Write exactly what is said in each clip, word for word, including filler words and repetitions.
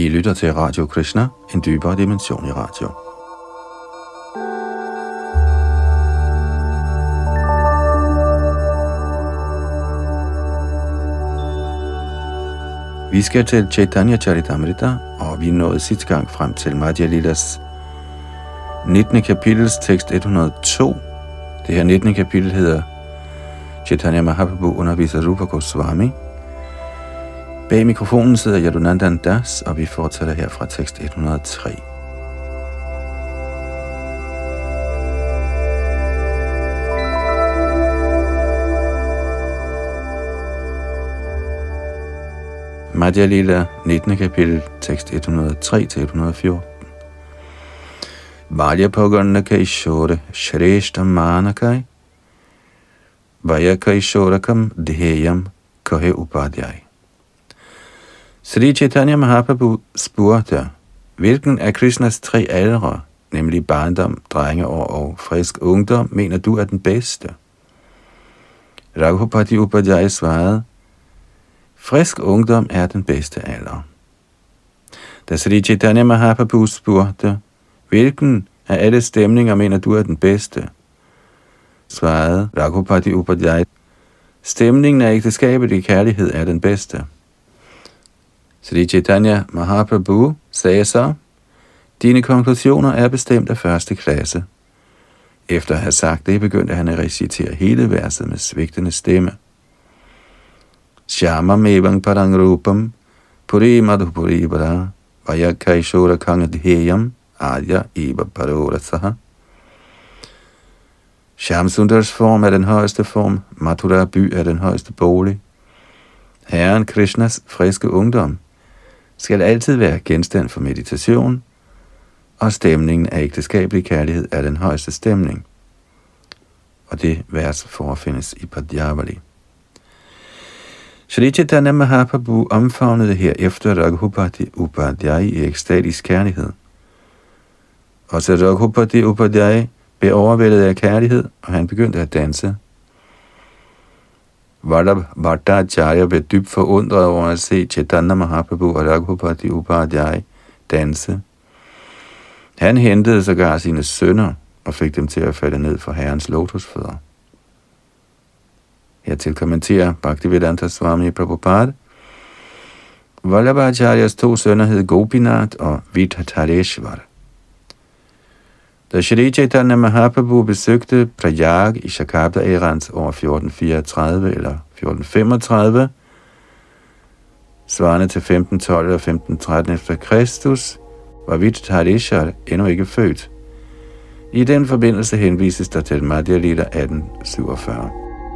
lytter til Radio Krishna, en dybere dimension i radio. Vi skal til Chaitanya Charitamrita, og vi er nået sidste gang frem til Madhya Lilas nittende kapitels tekst et hundrede og to. Det her nittende kapitel hedder Chaitanya Mahaprabhu underviser Rupa Goswami. Bag mikrofonen sidder Yadunandan Das, og vi fortsætter her fra tekst et hundrede og tre. Madhya Lila nittende kapitel, tekst et hundrede og tre til et hundrede og fjorten. Valya Pogana Kaishore Shreshta Manakai Vaya Kaishorakam Dheyam Kahe Upadhyay. Sri Chaitanya Mahaprabhu spurgte, hvilken af Krishnas tre aldre, nemlig barndom, drengeår og frisk ungdom, mener du er den bedste? Raghupati Upadhyay svarede, frisk ungdom er den bedste alder. Da Sri Chaitanya Mahaprabhu spurgte, hvilken af alle stemninger mener du er den bedste, svarede Raghupati Upadhyay, stemningen af ægteskabelig kærlighed er den bedste. Sri Chaitanya Mahaprabhu sagde så, dine konklusioner er bestemt af første klasse. Efter at have sagt det, begyndte han at recitere hele verset med svigtende stemme. Shyamam evang parang rupam puri madhupuri bara vaya kaishora kangadheyam adya eva parorasaha. Shyamsundars form er den højeste form, Mathura by er den højeste bolig. Herren Krishnas friske ungdom skal altid være genstand for meditation, og stemningen af ægteskabelig kærlighed er den højeste stemning. Og det vers forefindes i Padjavali. Shri Chaitanya Mahaprabhu omfavnede herefter Raghupati Upadhyay i ekstatisk kærlighed. Også Raghupati Upadhyay blev overvældet af kærlighed, og han begyndte at danse. Vallabh Bhattacharya blev dybt forundret over at se Chaitanya Mahaprabhu og Raghupati Upadhyay danse. Han hentede sågar sine sønner og fik dem til at falde ned for herrens lotusfødder. Hertil kommenterer Bhaktivedanta Swami Prabhupada. Vallabhacharyas to sønner hed Gopinath og Vidhatareshvar. Da Shri Chaitanya Mahaprabhu besøgte Prayag i Shakabda-ærans år fjorten fireogtredive eller fjorten femogtredive, svarende til femten tolv eller femten tretten efter Kristus, var Vidhatareshvar endnu ikke født. I den forbindelse henvises der til Madhya Lila atten syvogfyrre.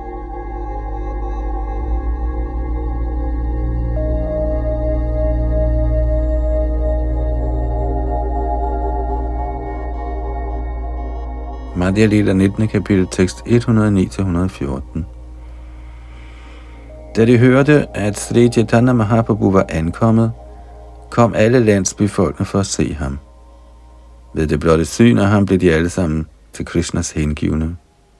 Madhya Lila nittende kapitel, tekst et hundrede og ni til et hundrede og fjorten. Da de hørte, at Sri Chaitanya Mahaprabhu var ankommet, kom alle landsbyfolkene for at se ham. Ved det blotte syn af ham blev de alle sammen til Krishnas hengivne.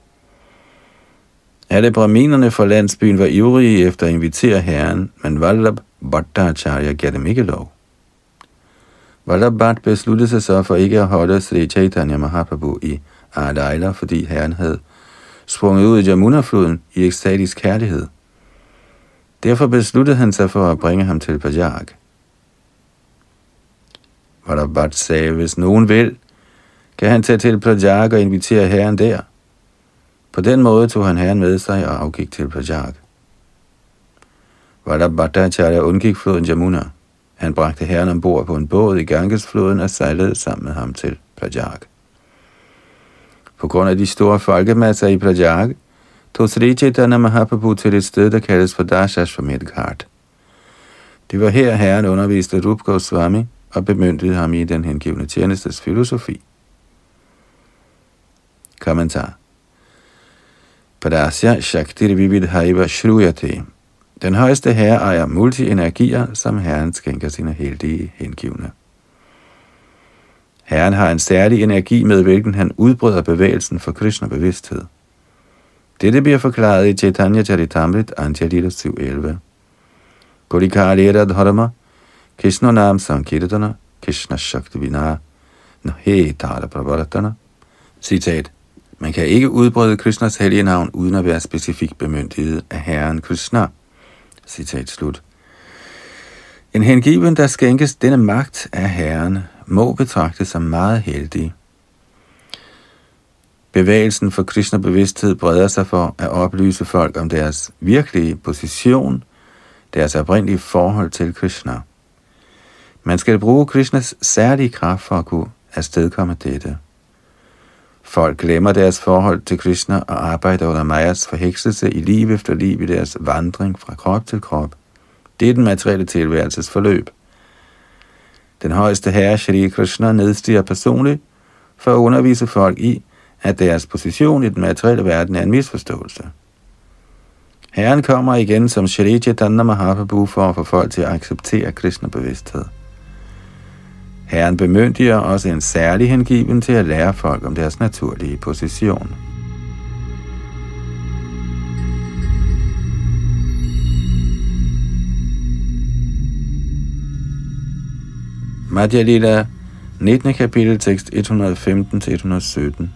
Alle brahminerne fra landsbyen var ivrige efter at invitere herren, men Vallabh Bhattacharya gav dem ikke lov. Vallabh Bhatt besluttede sig så for ikke at holde Sri Chaitanya Mahaprabhu i Adaila, fordi herren havde sprunget ud i Jamuna-floden i ekstatisk kærlighed. Derfor besluttede han sig for at bringe ham til Prayag. Vallabh Bhatt sagde, hvis nogen vil, kan han tage til Prayag og invitere herren der. På den måde tog han herren med sig og afgik til Prayag. Vallabh Bhattacharya undgik floden Jamuna. Han bragte herren ombord på en båd i Gangesfloden og sejlede sammen med ham til Prayag. På grund af de store folkemasser i Prayag, tog Sri Chaitanya Mahaprabhu til et sted, der kaldes for Dashashvamedh Ghat. Det var her, herren underviste Rupa Goswami og bemyndigede ham i den hengivne tjenestes filosofi. Kommentar. Padasya Shaktir Vividhaiva Shruyate. Den højeste herre ejer multi-energier, som herren skænker sine heldige hengivne. Herren har en særlig energi, med hvilken han udbryder bevægelsen for Krishna-bevidsthed. Dette bliver forklaret i Chaitanya Charitamrita, Antya Lila syv elleve. Kodikālera dharma, Krishna Nam Sankirtana, Krishna Shakti Vina, Nahe Tala Prabharatana. Citat. Man kan ikke udbrede Krishnas hellige navn uden at være specifikt bemyndiget af Herren Krishna. Citat slut. En hengiven, der skænkes denne magt af Herren, må betragtes som meget heldig. Bevægelsen for Krishna-bevidsthed breder sig for at oplyse folk om deres virkelige position, deres oprindelige forhold til Krishna. Man skal bruge Krishnas særlige kraft for at kunne afstedkomme dette. Folk glemmer deres forhold til Krishna og arbejder under Mayas forhekselse i liv efter liv i deres vandring fra krop til krop. Det er den materielle tilværelses forløb. Den højeste herre, Shri Krishna, nedstiger personligt for at undervise folk i, at deres position i den materielle verden er en misforståelse. Herren kommer igen som Shri Chaitanya Mahaprabhu for at få folk til at acceptere Krishna-bevidsthed. Herren bemyndiger også en særlig hengiven til at lære folk om deres naturlige position. Madhya Lila, nittende kapitel, tekst et hundrede og femten til et hundrede og sytten.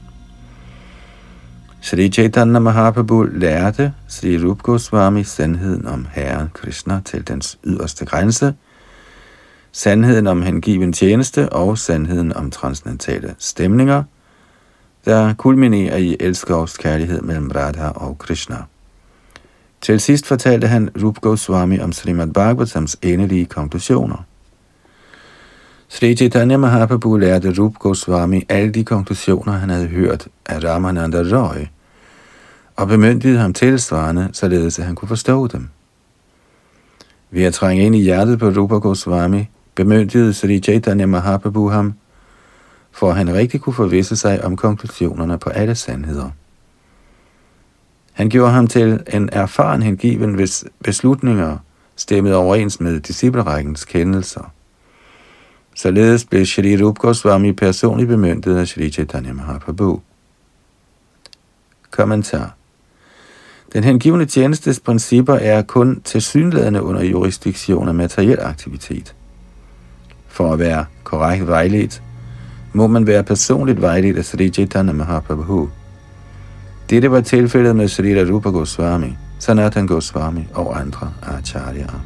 Shri Chaitanya Mahaprabhu lærte Shri Rupa Goswami sandheden om Herren Krishna til dens yderste grænse, sandheden om hengiven tjeneste og sandheden om transcendentale stemninger, der kulminerer i elskovs kærlighed mellem Radha og Krishna. Til sidst fortalte han Rupa Goswami om Srimad Bhagavatams endelige konklusioner. Shri Chaitanya Mahaprabhu lærte Rupa Goswami alle de konklusioner, han havde hørt af Ramananda Roy, og bemyndigede ham tilsvarende, således at han kunne forstå dem. Ved at trænge ind i hjertet på Rupa Goswami, bemyndigede Shri Chaitanya Mahaprabhu ham, for at han rigtig kunne forvisse sig om konklusionerne på alle sandheder. Han gjorde ham til en erfaren hengiven, hvis beslutninger stemmede overens med disciplerækkens kendelser. Således blev Shri Rupa Goswami personligt bemyndiget af Shri Chaitanya Mahaprabhu. Kommentar. Den hengivne tjenestes principper er kun tilsyneladende under jurisdiktion af materiel aktivitet. For at være korrekt vejledt, må man være personligt vejledt af Shri Chaitanya Mahaprabhu. Dette var tilfældet med Shri Rupa Goswami, Sanatan Goswami og andre acharyaer.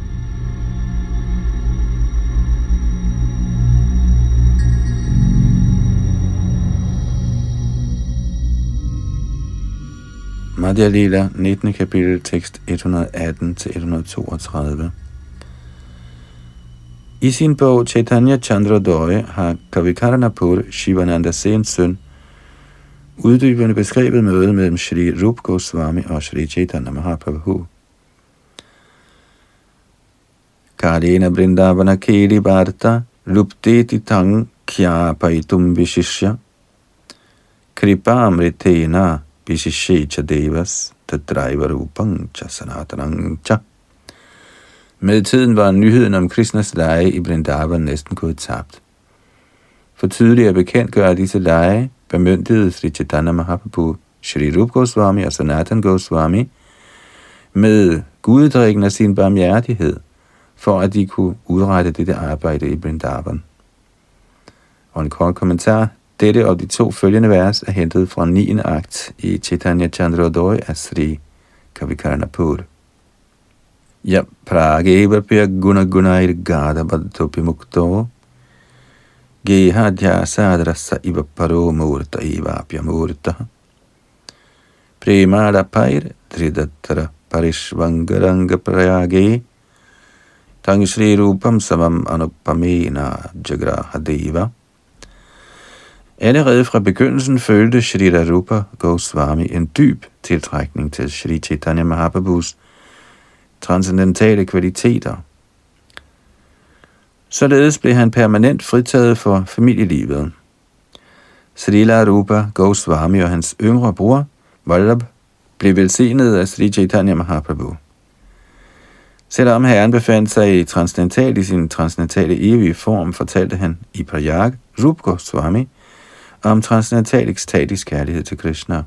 Madhya Lila, nittende kapitel, tekst et hundrede og atten til et hundrede og toogtredive. I sin bog Chaitanya Chandrodaya har Kavi Karnapur, Shivananda Sens søn, uddybende beskrevet mødet mellem Shri Rupa Goswami og Shri Chaitanya Mahaprabhu. Kalena Vrindavana Keli Bharta Lupteti Tang Kya Paitum Vishishya Kripamritena Vishishecha Devas Tadraiva Rupang Cha Sanatanang Cha. Med tiden var nyheden om Krishnas lege i Vrindavan næsten gået tabt. For tydeligt at bekendtgøre disse lege, bemyndigede Sri Chaitanya Mahaprabhu, Shri Rupa Goswami og Sanatan Goswami med guddrikken af sin barmhjertighed, for at de kunne udrette dette arbejde i Vrindavan. Og en kort kommentar. Dette og de to følgende vers er hentet fra niende akt i Chaitanya Chandrodaya af Sri Kavi Karnapur. Ja prageva pya guna gunair gada badtopi mukto geha dhyasadrasa iva paro murta iva pya murta premada pair dridattara parishvangaranga prayage tang Shri Rupam samam anupamena jagraha deva. Allerede fra begyndelsen følte Shri Rupa Goswami en dyb tiltrækning til Shri Chaitanya Mahaprabhus transcendentale kvaliteter. Således blev han permanent fritaget for familielivet. Srila Rupa Goswami og hans yngre bror, Vallabh, blev velsignet af Shri Chaitanya Mahaprabhu. Selvom Herren befandt sig i transcendental i sin transcendentale evige form, fortalte han i Prayag Rupa Goswami om transcendental ekstatisk kærlighed til Krishna.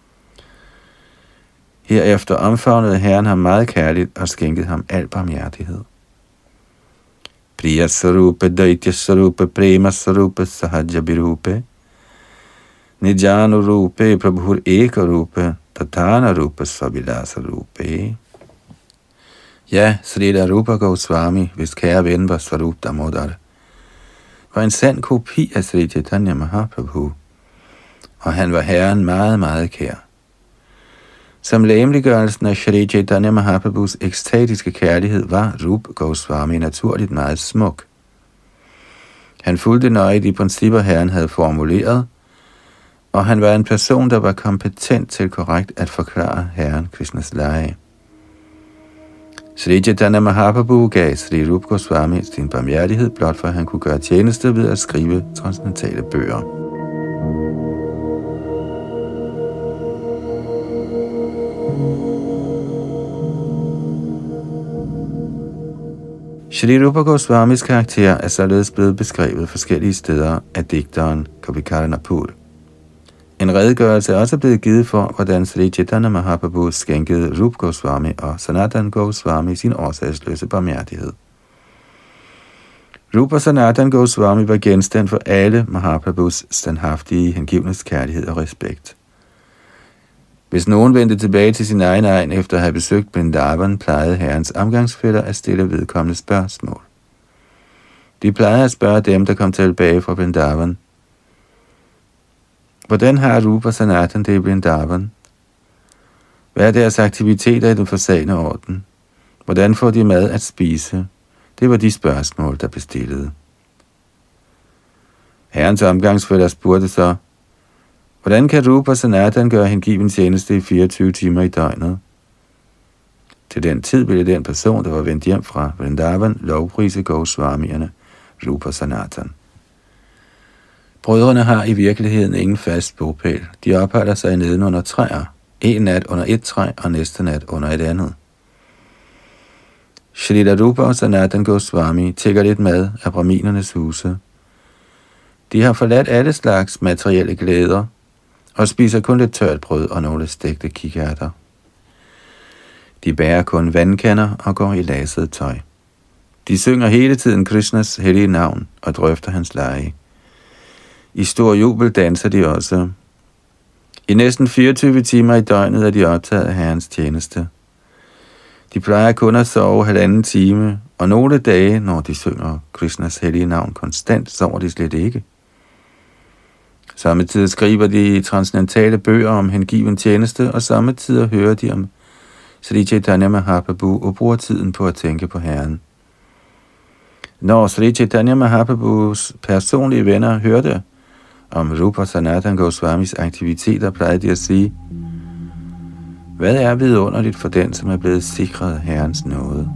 Herefter omfavnede Herren ham meget kærligt og skænkede ham al barmhjertighed. Priya Sarupa Daitya Sarupa Prema Sarupa Sahaja Birupe Nijanu Rupe Prabhur Eka Rupe Tatana Rupa Svabilasa Rupe. Ja, Srila Rupa Goswami, hvis kære ven var Swarup Damodar, var en sand kopi af Sri Chaitanya Mahaprabhu, og han var herren meget, meget kær. Som legemliggørelsen af Shri Chaitanya Mahaprabhus ekstatiske kærlighed var Rupa Goswami naturligt meget smuk. Han fulgte nøje de principper, herren havde formuleret, og han var en person, der var kompetent til korrekt at forklare herren Krishnas lege. Sri Chaitanya Mahaprabhu gav Sri Rupa Goswami sin barmhjertighed, blot for at han kunne gøre tjeneste ved at skrive transcendentale bøger. Shri Rupa Goswamis karakter er således blevet beskrevet forskellige steder af digteren Kavikarnapur. En redegørelse er også blevet givet for, hvordan Sri Chaitanya Mahaprabhu skænkede Rupa Goswami og Sanatan Goswami sin årsagsløse barmhjertighed. Rupa Sanatan Goswami var genstand for alle Mahaprabhus standhaftige hengivnes kærlighed og respekt. Hvis nogen vendte tilbage til sin egen egen efter at have besøgt Vrindavan, plejede herrens omgangsfæller at stille vedkommende spørgsmål. De plejede at spørge dem, der kom tilbage fra Vrindavan: hvordan har Rupa Sanatan det i Vrindavan? Hvad er deres aktiviteter i den forsagende orden? Hvordan får de mad at spise? Det var de spørgsmål, der bestillede. Herrens omgangsfæller spurgte så: hvordan kan Rupa Sanatan gøre hengiven tjeneste i fireogtyve timer i døgnet? Til den tid ville den person, der var vendt hjem fra Vrindavan, lovprise Goswamierne, Rupa Sanatan. Brødrene har i virkeligheden ingen fast bopæl. De opholder sig neden under træer. En nat under et træ, og næste nat under et andet. Shrila Rupa og Sanatan Goswami tigger lidt mad af brahminernes huse. De har forladt alle slags materielle glæder, og spiser kun lidt tørt brød og nogle stegte kikærter. De bærer kun vandkander og går i laset tøj. De synger hele tiden Krishnas hellige navn og drøfter hans lege. I stor jubel danser de også. I næsten fireogtyve timer i døgnet er de optaget af herrens tjeneste. De plejer kun at sove halvanden time, og nogle dage, når de synger Krishnas hellige navn konstant, sover de slet ikke. Samtidig skriver de transcendentale bøger om hengiven tjeneste, og samtidig hører de om Sri Chaitanya Mahaprabhu og bruger tiden på at tænke på herren. Når Sri Chaitanya Mahaprabhus personlige venner hørte om Rupa Sanatan Goswamis aktiviteter, plejede de at sige: hvad er vidunderligt for den, som er blevet sikret herrens nåde?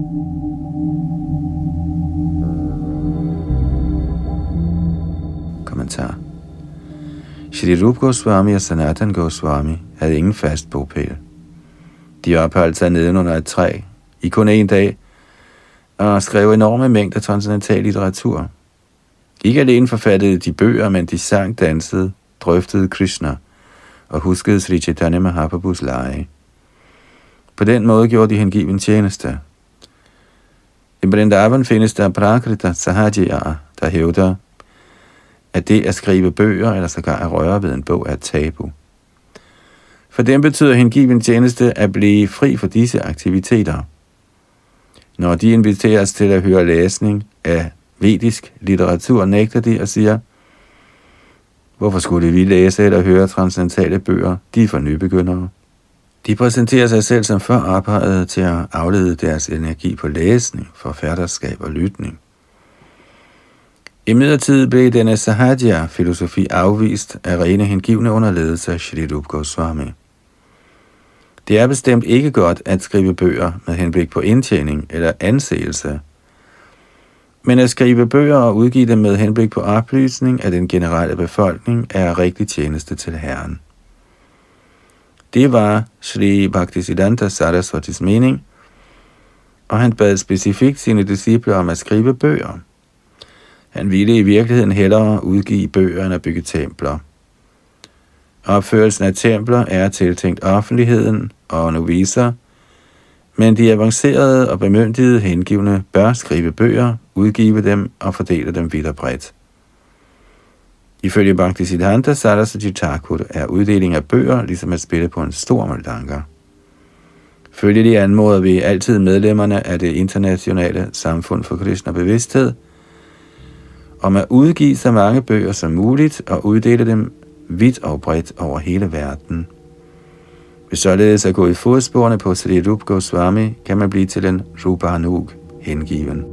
Kommentar. Shri Rupa Goswami og Sanatan Goswami havde ingen fast bopæl. De opholdt sig neden under et træ i kun en dag og skrev enorme mængder transcendental litteratur. Ikke alene forfattede de bøger, men de sang, dansede, drøftede Krishna og huskede Sri Chaitanya Mahaprabhus lege. På den måde gjorde de hengiven tjeneste. I Vrindavan findes der Prakrita Sahajya, der hævder, at det at skrive bøger eller sågar at røre ved en bog er et tabu. For dem betyder hengiven tjeneste at blive fri for disse aktiviteter. Når de inviteres til at høre læsning af vedisk litteratur, nægter de og siger: hvorfor skulle vi læse eller høre transcendentale bøger? De er for nybegyndere. De præsenterer sig selv som for ophøjet til at aflede deres energi på læsning, forfatterskab og lytning. Imidlertid blev denne Sahajya-filosofi afvist af rene hengivne under ledelse af Shri Rupa Goswami. Det er bestemt ikke godt at skrive bøger med henblik på indtjening eller anseelse, men at skrive bøger og udgive dem med henblik på oplysning af den generelle befolkning er rigtig tjeneste til Herren. Det var Shri Bhaktisiddhanta Saraswatis mening, og han bad specifikt sine disciple om at skrive bøger. Han ville i virkeligheden hellere udgive bøger end at bygge templer. Opførelsen af templer er tiltænkt offentligheden og novicer, Men de avancerede og bemyndigede hengivne bør skrive bøger, udgive dem og fordele dem vidt og bredt. Ifølge Bhaktisiddhanta Saraswati Thakur er uddeling af bøger ligesom at spille på en stor møldanker. Følgelig anmoder vi altid medlemmerne af det internationale samfund for Krishna bevidsthed om at udgive så mange bøger som muligt og uddele dem vidt og bredt over hele verden. Hvis således at gå i fodsporene på Sri Rupa Goswami, kan man blive til en Rupanug hengiven.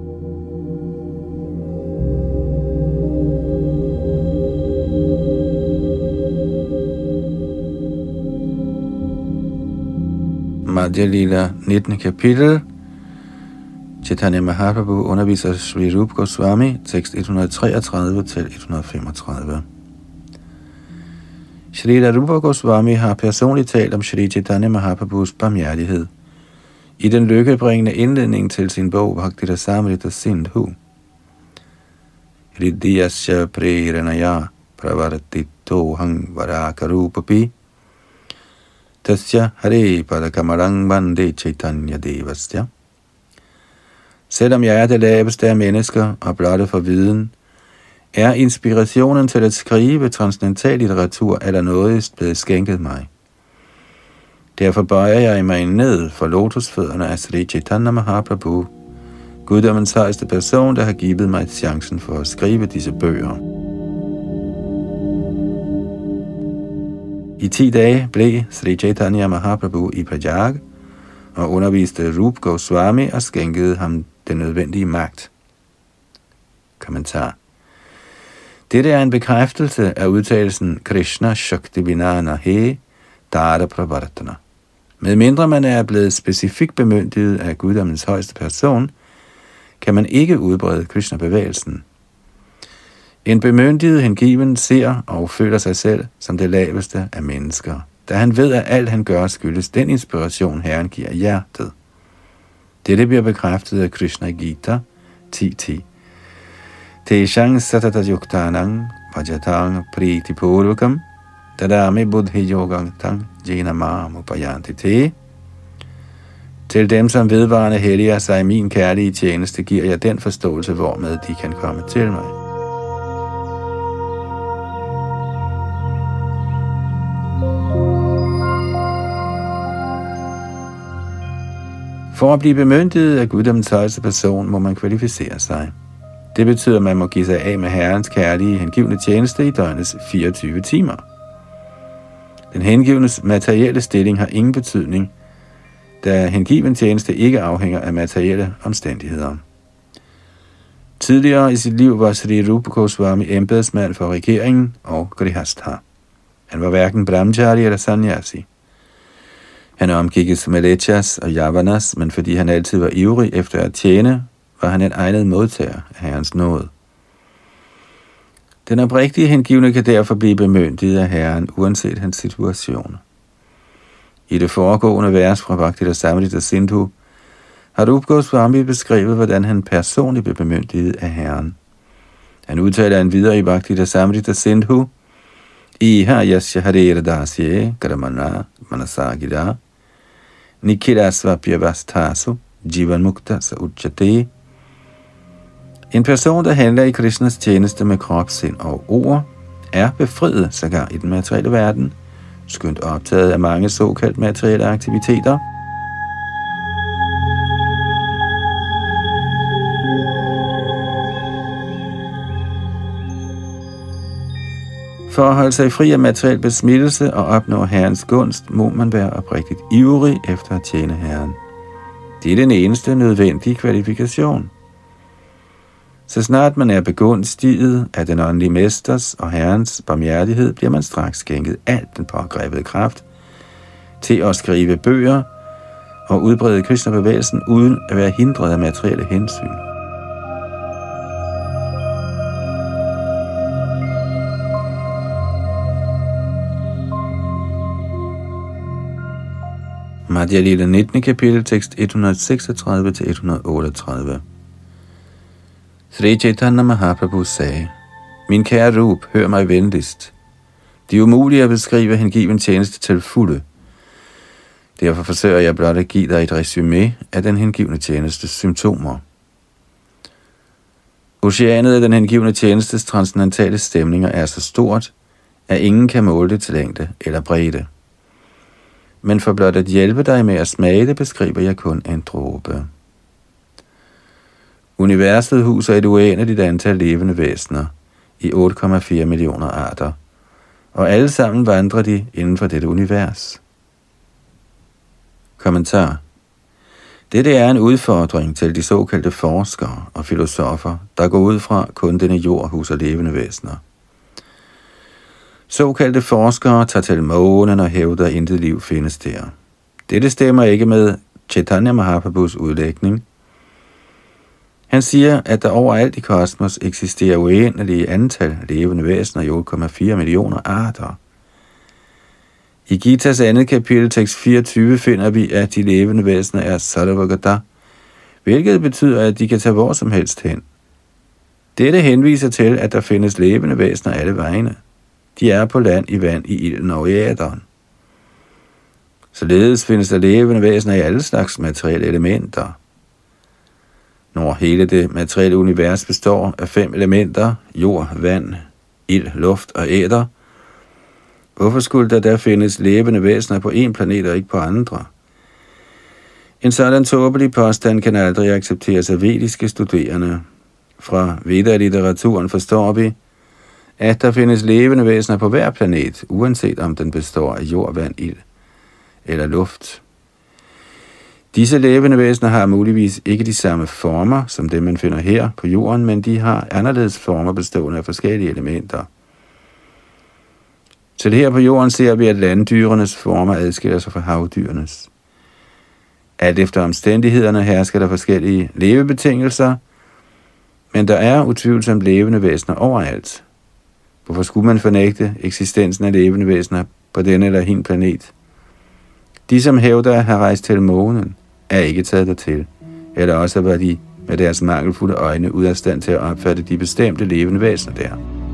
Madhya Lila nittende kapitel. Chaitanya Mahaprabhu underviser Sri Rupa Goswami, tekst et hundrede treogtredive til et hundrede femogtredive. Shrila Rupa Goswami har personligt talt om Shri Chaitanya Mahaprabhus barmhjertighed i den lykkebringende indledning til sin bog Bhakti Rasamrita Sindhu. Hridiyasya preranaya pravartito hang varakarupapi tasya hare padakamarang vande Chaitanya devasya. Selvom jeg er det laveste af mennesker og blottet for viden, er inspirationen til at skrive transcendental litteratur eller noget blevet skænket mig. Derfor bøjer jeg mig ned for lotusfødderne af Sri Chaitanya Mahaprabhu, guddommens højeste person, der har givet mig chancen for at skrive disse bøger. I ti dage blev Sri Chaitanya Mahaprabhu i Prayag og underviste Rupa Goswami og skænkede ham den nødvendige magt. Kommentar. Dette er en bekræftelse af udtalelsen Krishna Shakti Vinana He Dara Pravartana. Medmindre man er blevet specifikt bemyndiget af guddommens højeste person, kan man ikke udbrede Krishna-bevægelsen. En bemyndiget hengiven ser og føler sig selv som det laveste af mennesker, da han ved, at alt han gør skyldes den inspiration, Herren giver hjertet. Dette bliver bekræftet af Krishna i Gita ti ti. Teshang satata yuktanang vajatang priti purvakam dadami buddhi yogang tang jenamam upayanti te. Til dem, som vedvarende helliger sig i min kærlige tjeneste, giver jeg den forståelse, hvormed de kan komme til mig. For at blive bemyndiget af guddommens højeste person, må man kvalificere sig. Det betyder, at man må give sig af med Herrens kærlige hengivne tjeneste i døgnets fireogtyve timer. Den hengivnes materielle stilling har ingen betydning, da hengiven tjeneste ikke afhænger af materielle omstændigheder. Tidligere i sit liv var Sri Rupa Goswami embedsmand for regeringen og grihastha. Han var hverken brahmachari eller sannyasi. Han omgikkes melechas og yavanas, men fordi han altid var ivrig efter at tjene, var han en egnet modtager af Herrens nåde. Den oprigtige hengivne kan derfor blive bemyndiget af Herren, uanset hans situation. I det foregående vers fra Bhakti Rasamrita Sindhu har Rupa Goswami beskrevet, hvordan han personligt blev bemyndiget af Herren. Han udtaler en videre i Bhakti Rasamrita Sindhu: Iha yasya harera dasye karamana manasagira nikirasvapyavastasu jivan mukta sa uchate. En person, der handler i Krishnas tjeneste med krop, sind og ord, er befriet sågar i den materielle verden, skønt optaget af mange såkaldt materielle aktiviteter. For at holde sig fri af materiel besmittelse og opnå Herrens gunst, må man være oprigtigt ivrig efter at tjene Herren. Det er den eneste nødvendige kvalifikation. Så snart man er begunstiget af den åndelige mesters og Herrens barmhjertighed, bliver man straks skænket alt den pågrebede kraft til at skrive bøger og udbrede Krishna-bevægelsen uden at være hindret af materielle hensyn. Madhya Lila nittende kapitel, tekst et hundrede seksogtredive til et hundrede otteogtredive. Sri Chaitanya Mahaprabhu sagde: Min kære Rup, hør mig venligst. Det er umuligt at beskrive hengiven tjeneste til fulde. Derfor forsøger jeg blot at give dig et resumé af den hengivne tjenestes symptomer. Oceanet af den hengivne tjenestes transcendentale stemninger er så stort, at ingen kan måle det til længde eller bredde. Men for blot at hjælpe dig med at smage det, beskriver jeg kun en dråbe. Universet huser et uendeligt antal levende væsener i otte komma fire millioner arter, og alle sammen vandrer de inden for dette univers. Kommentar. Dette er en udfordring til de såkaldte forskere og filosofer, der går ud fra kun denne jord huser levende væsener. Såkaldte forskere tager til månen og hævder, at intet liv findes der. Dette stemmer ikke med Chaitanya Mahaprabhus udlægning. Han siger, at der overalt i kosmos eksisterer uendelige antal levende væsener i otte komma fire millioner arter. I Gitas andet kapitel, tekst fireogtyve, finder vi, at de levende væsener er Sarvagata, hvilket betyder, at de kan tage hvor som helst hen. Dette henviser til, at der findes levende væsener alle vegne. De er på land, i vand, i ilden og i æteren. Således findes der levende væsener i alle slags materielle elementer. Når hele det materielle univers består af fem elementer, jord, vand, ild, luft og æter, hvorfor skulle der der findes levende væsener på en planet og ikke på andre? En sådan tåbelig påstand kan aldrig accepteres af vediske studerende. Fra Veda-litteraturen forstår vi, at der findes levende væsener på hver planet, uanset om den består af jord, vand, ild eller luft. Disse levende væsener har muligvis ikke de samme former, som dem man finder her på jorden, men de har anderledes former bestående af forskellige elementer. Så her på jorden ser vi, at landdyrenes former adskiller sig fra havdyrenes. Alt efter omstændighederne hersker der forskellige levebetingelser, men der er utvivlsomt levende væsener overalt. Hvorfor skulle man fornægte eksistensen af levende væsener på denne eller hin planet? De, som hævder at have rejst til månen, er ikke taget dertil, eller også var de med deres mangelfulde øjne ude af stand til at opfatte de bestemte levende væsener der.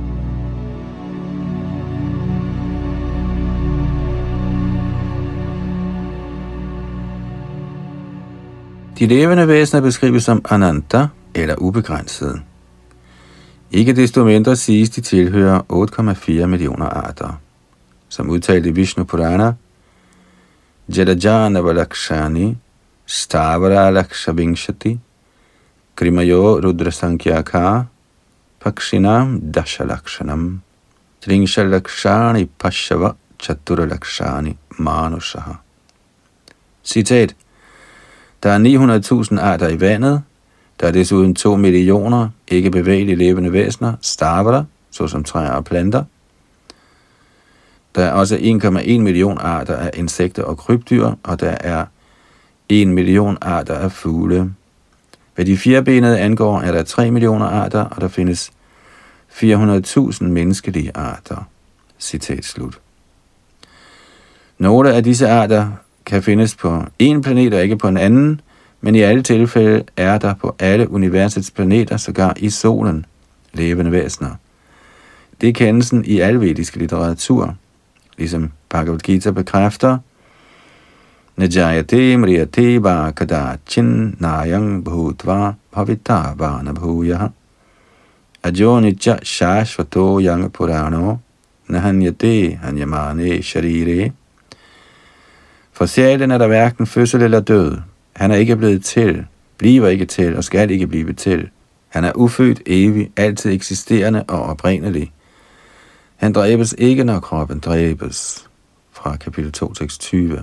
De levende væsener beskrives som ananta eller ubegrænsede. Ikke desto mindre siges de tilhører otte komma fire millioner arter. Som udtalt i Vishnu Purana, Jadajana Valakshani, Stavara Lakshavingshati, Krimayo Rudra Sankhyaká, Pakshinam Dashalakshanam, Tringshalakshani Pashava Chaturalakshani Manushaha. Citat. Der er ni hundrede tusind arter i vandet. Der er desuden to millioner ikke bevægelige levende væsener, stavara, såsom træer og planter. Der er også en komma en million arter af insekter og krybdyr, og der er en million arter af fugle. Hvad de firebenede angår, er der tre millioner arter, og der findes fire hundrede tusind menneskelige arter. Citat slut. Nogle af disse arter kan findes på en planet og ikke på en anden, men i alle tilfælde er der på alle universets planeter, sågar i solen, levende væsener. Det er kendelsen i al vedisk litteratur, ligesom Bhagavad Gita bekræfter, Najayate mriyate va kadachin nayang bhutva bhavita vana bhuyaha ajonitya shashvato yang purano nahanyate hanyamane sharire. For sjælen er der hverken fødsel eller død. Han er ikke blevet til, bliver ikke til og skal ikke blive til. Han er ufødt, evig, altid eksisterende og oprindelig. Han dræbes ikke, når kroppen dræbes. Fra kapitel to, tekst tyve.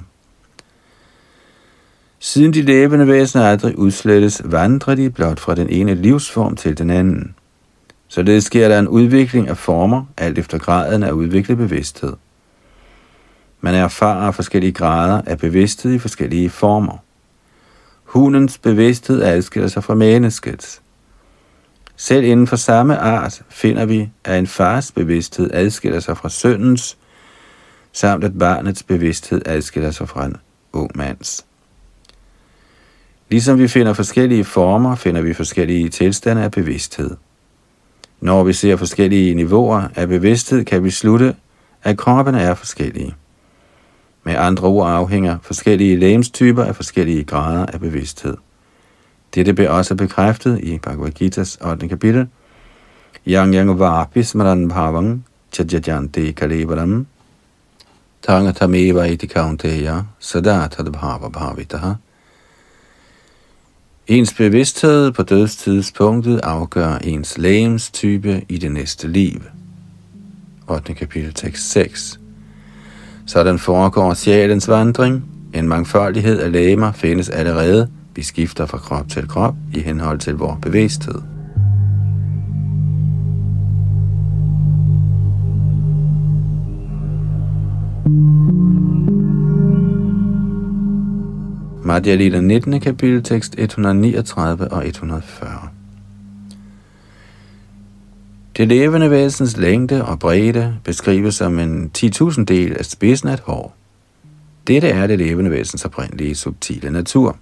Siden de levende væsener aldrig udslettes, vandrer de blot fra den ene livsform til den anden. Således sker der en udvikling af former, alt efter graden af udviklet bevidsthed. Man erfarer forskellige grader af bevidsthed i forskellige former. Hundens bevidsthed adskiller sig fra menneskets. Selv inden for samme art finder vi, at en fars bevidsthed adskiller sig fra sønnens, samt at barnets bevidsthed adskiller sig fra en ung mands. Ligesom vi finder forskellige former, finder vi forskellige tilstande af bevidsthed. Når vi ser forskellige niveauer af bevidsthed, kan vi slutte, at kroppen er forskellige. Med andre ord afhænger forskellige legemstyper af forskellige grader af bevidsthed. Dette bliver også bekræftet i Bhagavad Gita's ottende kapitel. Yang yang vapi smaran bhavang chajajante kalevaram tangatameva iti kaunteya sadatad bhava bhavitaha. Ens bevidsthed på dødstidspunktet afgør ens legemstype i det næste liv. ottende kapitel tekst seks. Sådan foregår sjælens vandring. En mangfoldighed af legemer findes allerede. Vi skifter fra krop til krop i henhold til vores bevidsthed. Madhya Lila nittende kapitel tekst et hundrede niogtredive og et hundrede fyrre. Det levende væsens længde og bredde beskrives som en titusindel af spidsen af et hår. Dette er det levende væsens oprindelige subtile natur.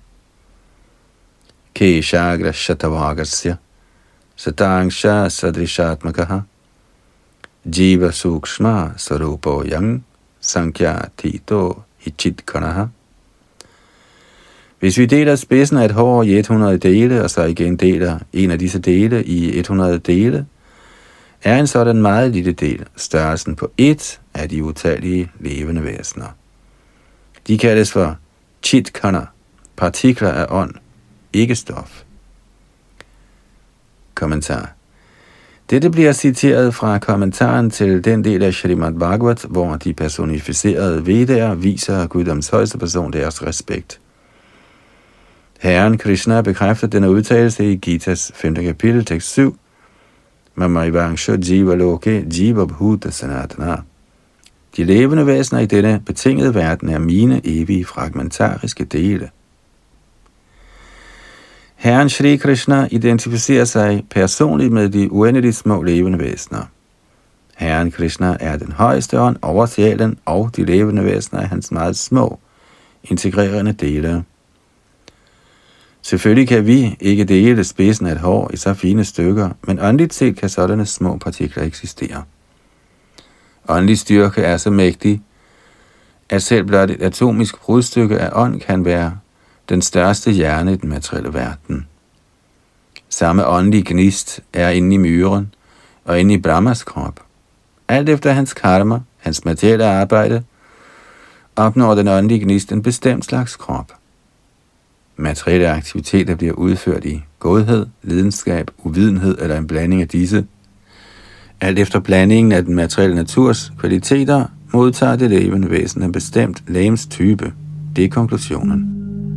Keshagra shatavagasya satangsha sadrishatmakaha jiva sukshma sarupo yang sankhya tito hichitkanaha. Hvis vi deler spidsen af et hår i hundrede dele, og så igen deler en af disse dele i hundrede dele, er en sådan meget lille del størrelsen på et af de utallige levende væsener. De kaldes for chitkana, partikler af ånd, ikke stof. Kommentar. Dette bliver citeret fra kommentaren til den del af Srimad Bhagavat, hvor de personificerede Vedaer viser Guddoms højeste person deres respekt. Herren Krishna bekræfter denne udtalelse i Gitas femte kapitel, tekst syv. Mamaivangsho jiva loke jiva bhuta sanatana. De levende væsener i denne betingede verden er mine evige fragmentariske dele. Herren Shri Krishna identificerer sig personligt med de uendeligt små levende væsener. Herren Krishna er den højeste ånd over sjælen, og de levende væsener er hans meget små, integrerende dele. Selvfølgelig kan vi ikke dele spidsen af et hår i så fine stykker, men åndeligt set kan sådanne små partikler eksistere. Åndelig styrke er så mægtig, at selv blot et atomisk brudstykke af ånd kan være den største hjerne i den materielle verden. Samme åndelige gnist er inde i myren og inde i Brahmas krop. Alt efter hans karma, hans materielle arbejde, opnår den åndelige gnist en bestemt slags krop. Materielle aktiviteter bliver udført i godhed, lidenskab, uvidenhed eller en blanding af disse. Alt efter blandingen af den materielle naturs kvaliteter, modtager det levende væsen en bestemt legemstype. Det er konklusionen.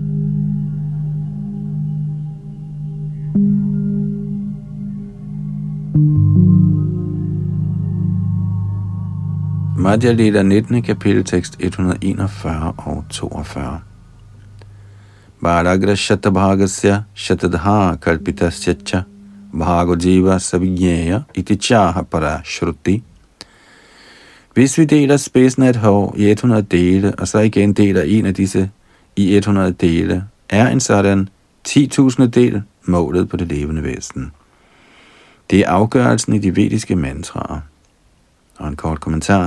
Madhya Lila nittende kapitel tekst et hundrede enogfyrre og toogfyrre. Balagra shatabhagasya shatadha kalpitasya bhago jiva savigneya iti chaha parashruti. Hvis vi deler spidsen af et hår i hundrede dele, og så igen deler en af disse i hundrede dele, er en sådan ti tusinde del målet på det levende væsen. Det er afgørelsen i de vediske mantraer. Og en kort kommentar.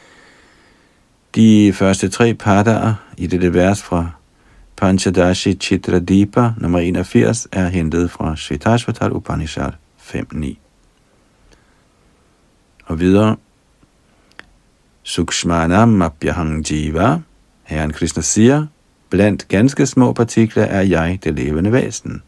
De første tre padaer i dette vers fra Panchadashi Chitradipa nummer enogfirs er hentet fra Shvetashvatar Upanishad fem ni. Og videre. Sukshmanam apyahang jiva. Herren Krishna siger, blandt ganske små partikler er jeg det levende væsen.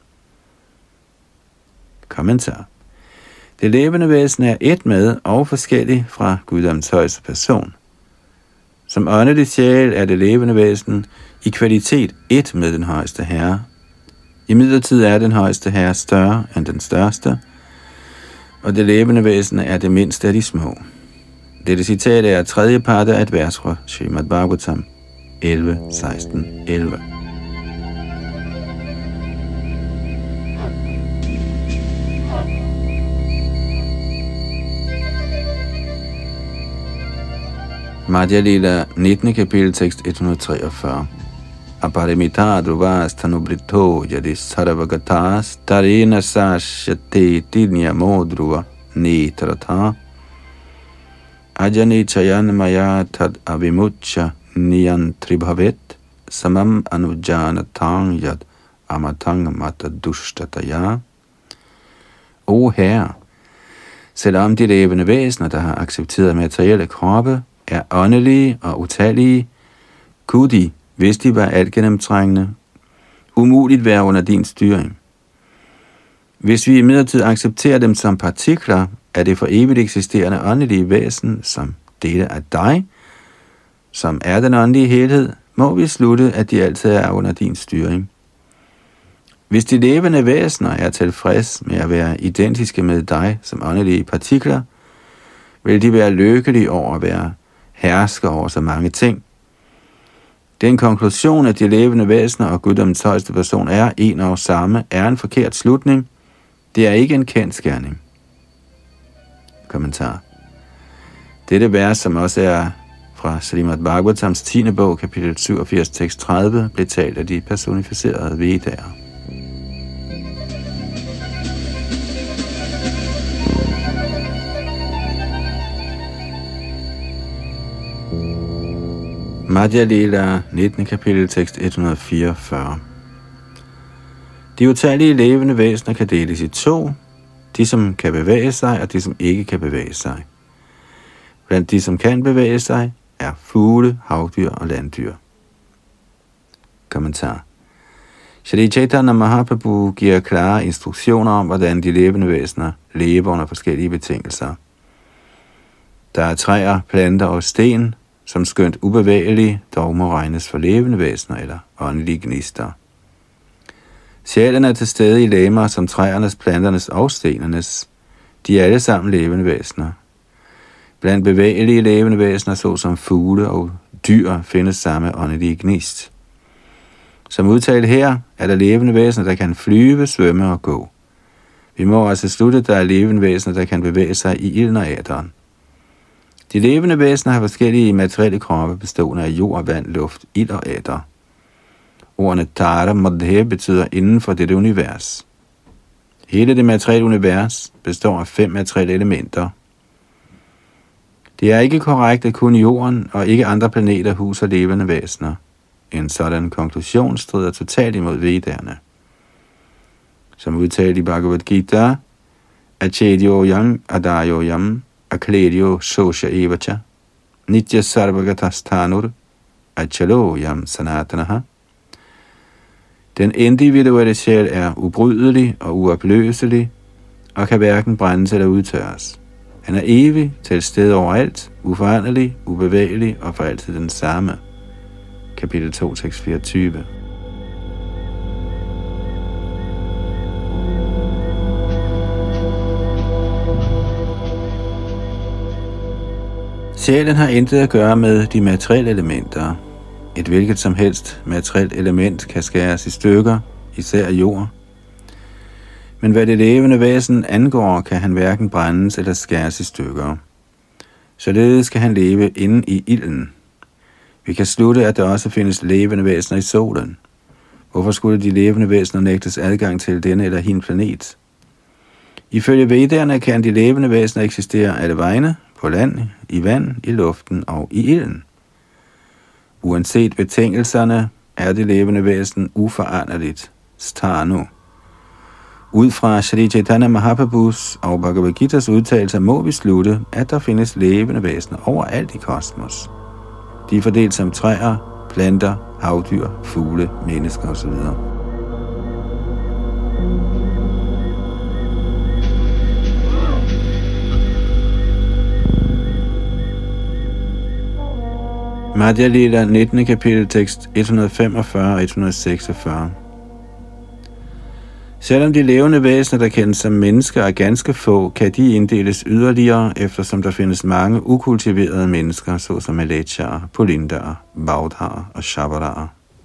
Kommentar. Det levende væsen er et med og forskellig fra Guddoms højeste person. Som åndelig sjæl er det levende væsen i kvalitet et med den højeste herre. Imidlertid er den højeste herre større end den største, og det levende væsen er det mindste af de små. Dette citat er tredje part af et vers fra Srimad Bhagavatam elleve seksten elleve. Madhya Lila nittende kapitel tekst et hundrede treogfyrre. Aparimita druvas tanubrito yadis sarvagatas tarina sashyate tinyamo druva netrata ajani chayan maya tad avimucha niyan tribhavet samam anujanatang yad amatang mata dushtataya. O Herre, selvom de levende væsener, der har accepteret materielle kroppe, er åndelige og utallige, kunne de, hvis de var alt gennemtrængende, umuligt være under din styring. Hvis vi imidlertid accepterer dem som partikler, er det for evigt eksisterende åndelige væsen, som dele af dig, som er den åndelige helhed, må vi slutte, at de altid er under din styring. Hvis de levende væsener er tilfreds med at være identiske med dig som åndelige partikler, vil de være lykkelige over at være hersker over så mange ting. Den konklusion, at de levende væsener og guddommens højeste person er en og samme, er en forkert slutning. Det er ikke en kendsgerning. Kommentar. Dette vers, som også er fra Srimad Bhagavatams tiende bog, kapitel syvogfirs, tekst tredive, blev talt af de personificerede Vedaer. Madhya Lila, nittende kapitel, tekst et hundrede fireogfyrre. De utallige levende væsener kan deles i to, de som kan bevæge sig og de som ikke kan bevæge sig. Blandt de som kan bevæge sig er fugle, havdyr og landdyr. Kommentar. Shri Chaitanya Mahaprabhu giver klare instruktioner om, hvordan de levende væsener lever under forskellige betingelser. Der er træer, planter og sten, som skønt ubevægelige, dog må regnes for levende væsener eller åndelige gnister. Sjælen er til stede i legemer som træernes, planternes og stenernes. De er alle sammen levende væsener. Blandt bevægelige levende væsener, såsom fugle og dyr, findes samme åndelige gnist. Som udtalt her, er der levende væsener, der kan flyve, svømme og gå. Vi må altså slutte, at der er levende væsener, der kan bevæge sig i ilden og æteren. De levende væsener har forskellige materielle kroppe bestående af jord, vand, luft, ild og æter. Ordene Tara Madhe betyder inden for dette univers. Hele det materielle univers består af fem materielle elementer. Det er ikke korrekt, at kun jorden og ikke andre planeter huser levende væsener. En sådan konklusion strider totalt imod Vedderne. Som udtalt i Bhagavad Gita, Achedyo Yang Adayo Yam Akledio Shosha Evacha Nitya Sarvagatasthánur Achalo Yam Sanatanaha. Den individuelle sjæl er ubrydelig og uopløselig, og kan hverken brændes eller udtørres. Han er evig, til stede overalt, uforanderlig, ubevægelig og for altid den samme. Kapitel to, tekst fireogtyve. Sjælen har intet at gøre med de materielle elementer. Et hvilket som helst materielt element kan skæres i stykker, især jord. Men hvad det levende væsen angår, kan han hverken brændes eller skæres i stykker. Således kan han leve inde i ilden. Vi kan slutte, at der også findes levende væsener i solen. Hvorfor skulle de levende væsener nægtes adgang til denne eller hin planet? Ifølge Vedderne kan de levende væsener eksistere alle vegne, på land, i vand, i luften og i ilden. Uanset betingelserne er det levende væsen uforanderligt, sthanu. Ud fra Shri Chaitanya Mahaprabhus og Bhagavad Gitas udtalelser må vi slutte, at der findes levende væsener overalt i kosmos. De er fordelt som træer, planter, havdyr, fugle, mennesker osv. Madhya Lila, nittende kapitel, tekst et hundrede femogfyrre og et hundrede seksogfyrre. Selvom de levende væsener, der kendes som mennesker, er ganske få, kan de inddeles yderligere, eftersom der findes mange ukultiverede mennesker, såsom Alechar, Pulindar, Baudhar og Shabadar.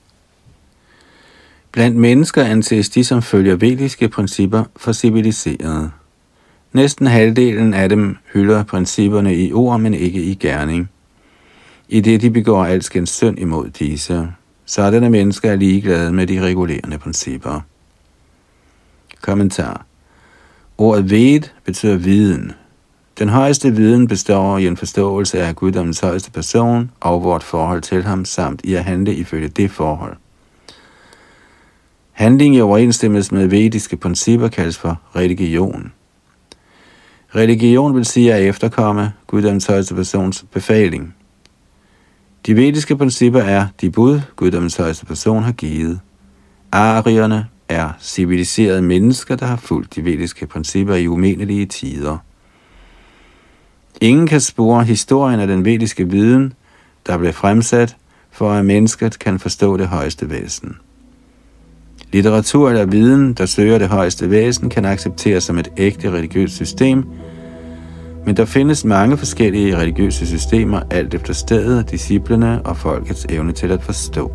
Blandt mennesker anses de, som følger vediske principper, for civiliserede. Næsten halvdelen af dem hylder principperne i ord, men ikke i gerning. I det de begår alskens synd imod disse. Sådanne mennesker er ligeglade med de regulerende principper. Kommentar. Ordet ved betyder viden. Den højeste viden består i en forståelse af guddommens højeste person og vort forhold til ham, samt i at handle ifølge det forhold. Handling i overensstemmelse med vediske principper kaldes for religion. Religion vil sige at efterkomme guddommens højeste persons befaling. De vediske principper er de bud, guddommens højeste person har givet. Arierne er civiliserede mennesker, der har fulgt de vediske principper i umenelige tider. Ingen kan spore historien af den vediske viden, der blev fremsat, for at mennesket kan forstå det højeste væsen. Litteratur eller viden, der søger det højeste væsen, kan accepteres som et ægte religiøst system, men der findes mange forskellige religiøse systemer, alt efter stedet, disciplene og folkets evne til at forstå.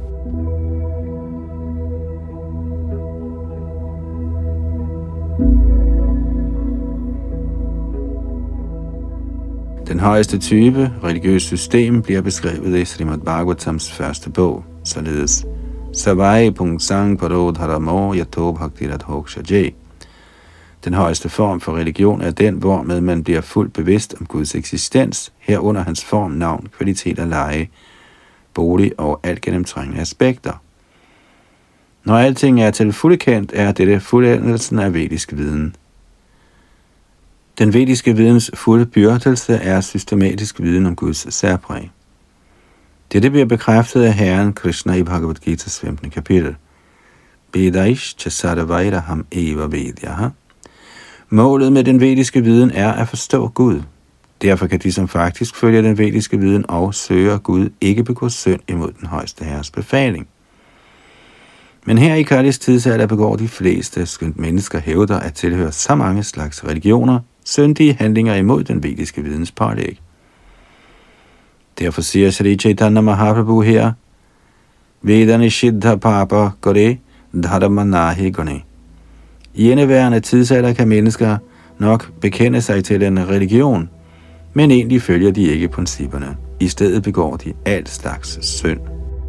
Den højeste type, religiøs system, bliver beskrevet i Srimad Bhagavatams første bog, således Savai Pungsang Parodharamo Yato Bhaktirat Hokshaje. Den højeste form for religion er den, hvormed man bliver fuldt bevidst om Guds eksistens, herunder hans form, navn, kvalitet og leje, bolig og alt gennemtrængende aspekter. Når alting er til fulde kendt, er dette fuldendelsen af vedisk viden. Den vediske videns fulde byrdelse er systematisk viden om Guds særpræg. Dette bliver bekræftet af Herren Krishna i Bhagavad Gita's femtende kapitel. Vedaish chasarvairaham eva vedyaha. Målet med den vediske viden er at forstå Gud. Derfor kan de, som faktisk følger den vediske viden og søger Gud, ikke begå synd imod den højeste herres befaling. Men her i Kalis tidsalder begår de fleste, skønt mennesker hævder at tilhøre så mange slags religioner, syndige handlinger imod den vediske videns pålæg. Derfor siger Shri Chaitanya Mahaprabhu her, Vedani Siddha Papa Gore Dharma Nahi Gune. I indeværende tidsalder kan mennesker nok bekende sig til en religion, men egentlig følger de ikke principperne. I stedet begår de alt slags synd.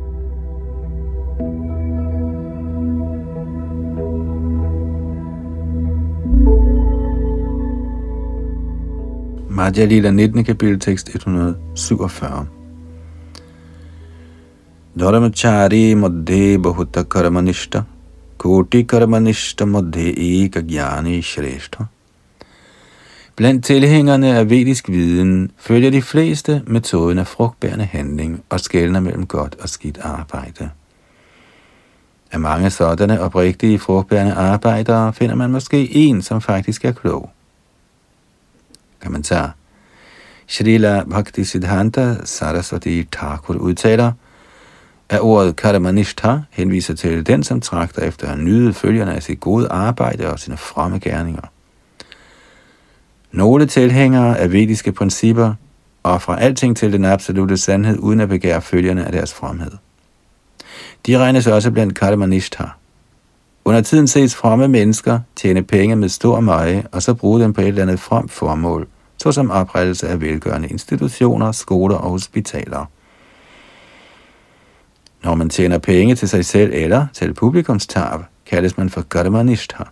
Madhya Lila nittende kapitel, tekst et hundrede syvogfyrre. Dharmachari madhe bahuta karmanishta, koti karmanishta madhe eka gyani shreshta. Blandt tilhængerne af vedisk viden følger de fleste metoden af frugtbærende handling og skelner mellem godt og skidt arbejde. Af mange sådanne oprigtige frugtbærende arbejdere finder man måske en, som faktisk er klog. Kommentar. Shrila Bhaktisiddhanta Saraswati Thakur udtaler, at ordet karmanishta henviser til den, som tragter efter at nyde følgerne af sit gode arbejde og sine fromme gerninger. Nogle tilhængere af vediske principper ofrer alting til den absolute sandhed, uden at begære følgerne af deres fromhed. De regnes også blandt karmanishta. Under tiden ses fromme mennesker tjene penge med stor møje, og så bruge dem på et eller andet fromt formål, såsom oprettelse af velgørende institutioner, skoler og hospitaler. Når man tjener penge til sig selv eller til publikumstarv, kaldes man for karmanishta.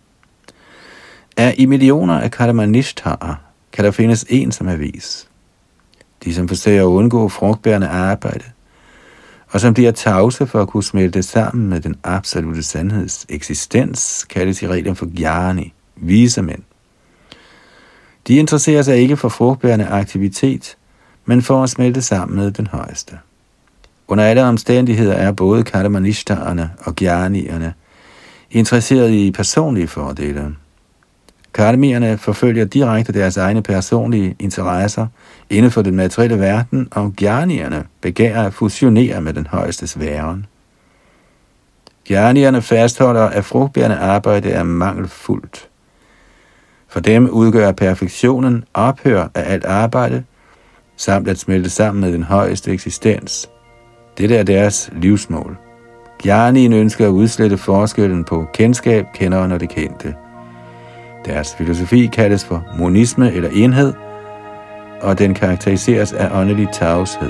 Af i millioner af karmanishtaer kan der findes en, som er vis. De, som forsøger at undgå frugtbærende arbejde, og som bliver tavse for at kunne smelte sammen med den absolute sandheds eksistens, kaldes i reglen for gyani, vise mænd. De interesserer sig ikke for frugtbærende aktivitet, men for at smelte sammen med den højeste. Under alle omstændigheder er både karmanishtaerne og gyanierne interesserede i personlige fordele. Karmierne forfølger direkte deres egne personlige interesser inden for den materielle verden, og gyanierne begærer at fusionere med den højeste sfæren. Gyanierne fastholder, at frugtbærende arbejde er mangelfuldt. For dem udgør perfektionen ophør af alt arbejde, samt at smelte sammen med den højeste eksistens. Dette er deres livsmål. Gyanien ønsker at udslette forskellen på kendskab, kenderen og det kendte. Deres filosofi kaldes for monisme eller enhed, og den karakteriseres af åndelig tavshed.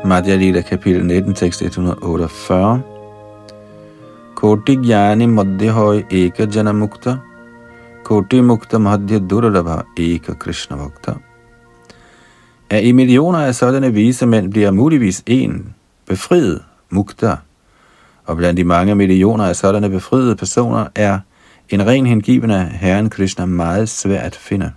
Madhya Lila kapitel nitten, tekst et hundrede otteogfyrre. Koti gyani madhyahoi eka jana mukta, koti mukta madhya durlabha eka Krishna bhakta. At i millioner af sådanne vise mænd bliver muligvis en befriet mukta, og blandt de mange millioner af sådanne befriede personer er en ren hengiven af Herren Krishna meget svært at finde.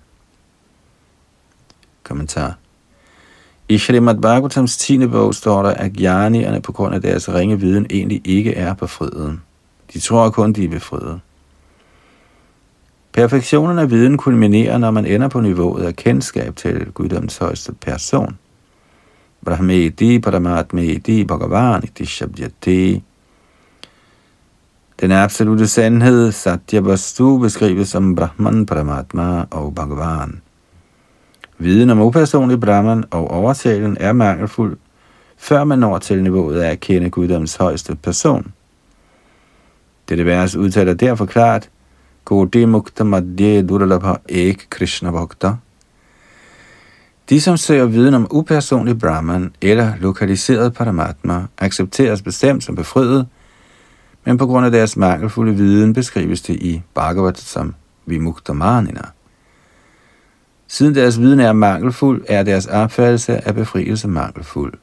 Kommentar. I Srimad Bhagavatams tiende bog står der, at jnanierne på grund af deres ringe viden egentlig ikke er befriede. De tror kun, de er befriede. Perfektionen af viden kulminerer, når man ender på niveauet af kendskab til guddoms højeste person. Brahmeti paramatmeti bhagavan iti shabdyate. Den absolute sandhed, Satya Vastu, beskrives som Brahman, Paramatma og Bhagavan. Viden om upersonlig Brahman og overtalen er mangelfuld, før man når til niveauet af at kende guddoms højeste person. Dette vers udtaler derfor klart, Koti mukta madhye durlabha ek Krishna bhakta. De, som søger viden om upersonlig Brahman eller lokaliseret Paramatma, accepteres bestemt som befriet, men på grund af deres mangelfulde viden beskrives det i Bhagavat som vimukta manina. Siden deres viden er mangelfuld, er deres opfattelse af befrielse mangelfuld.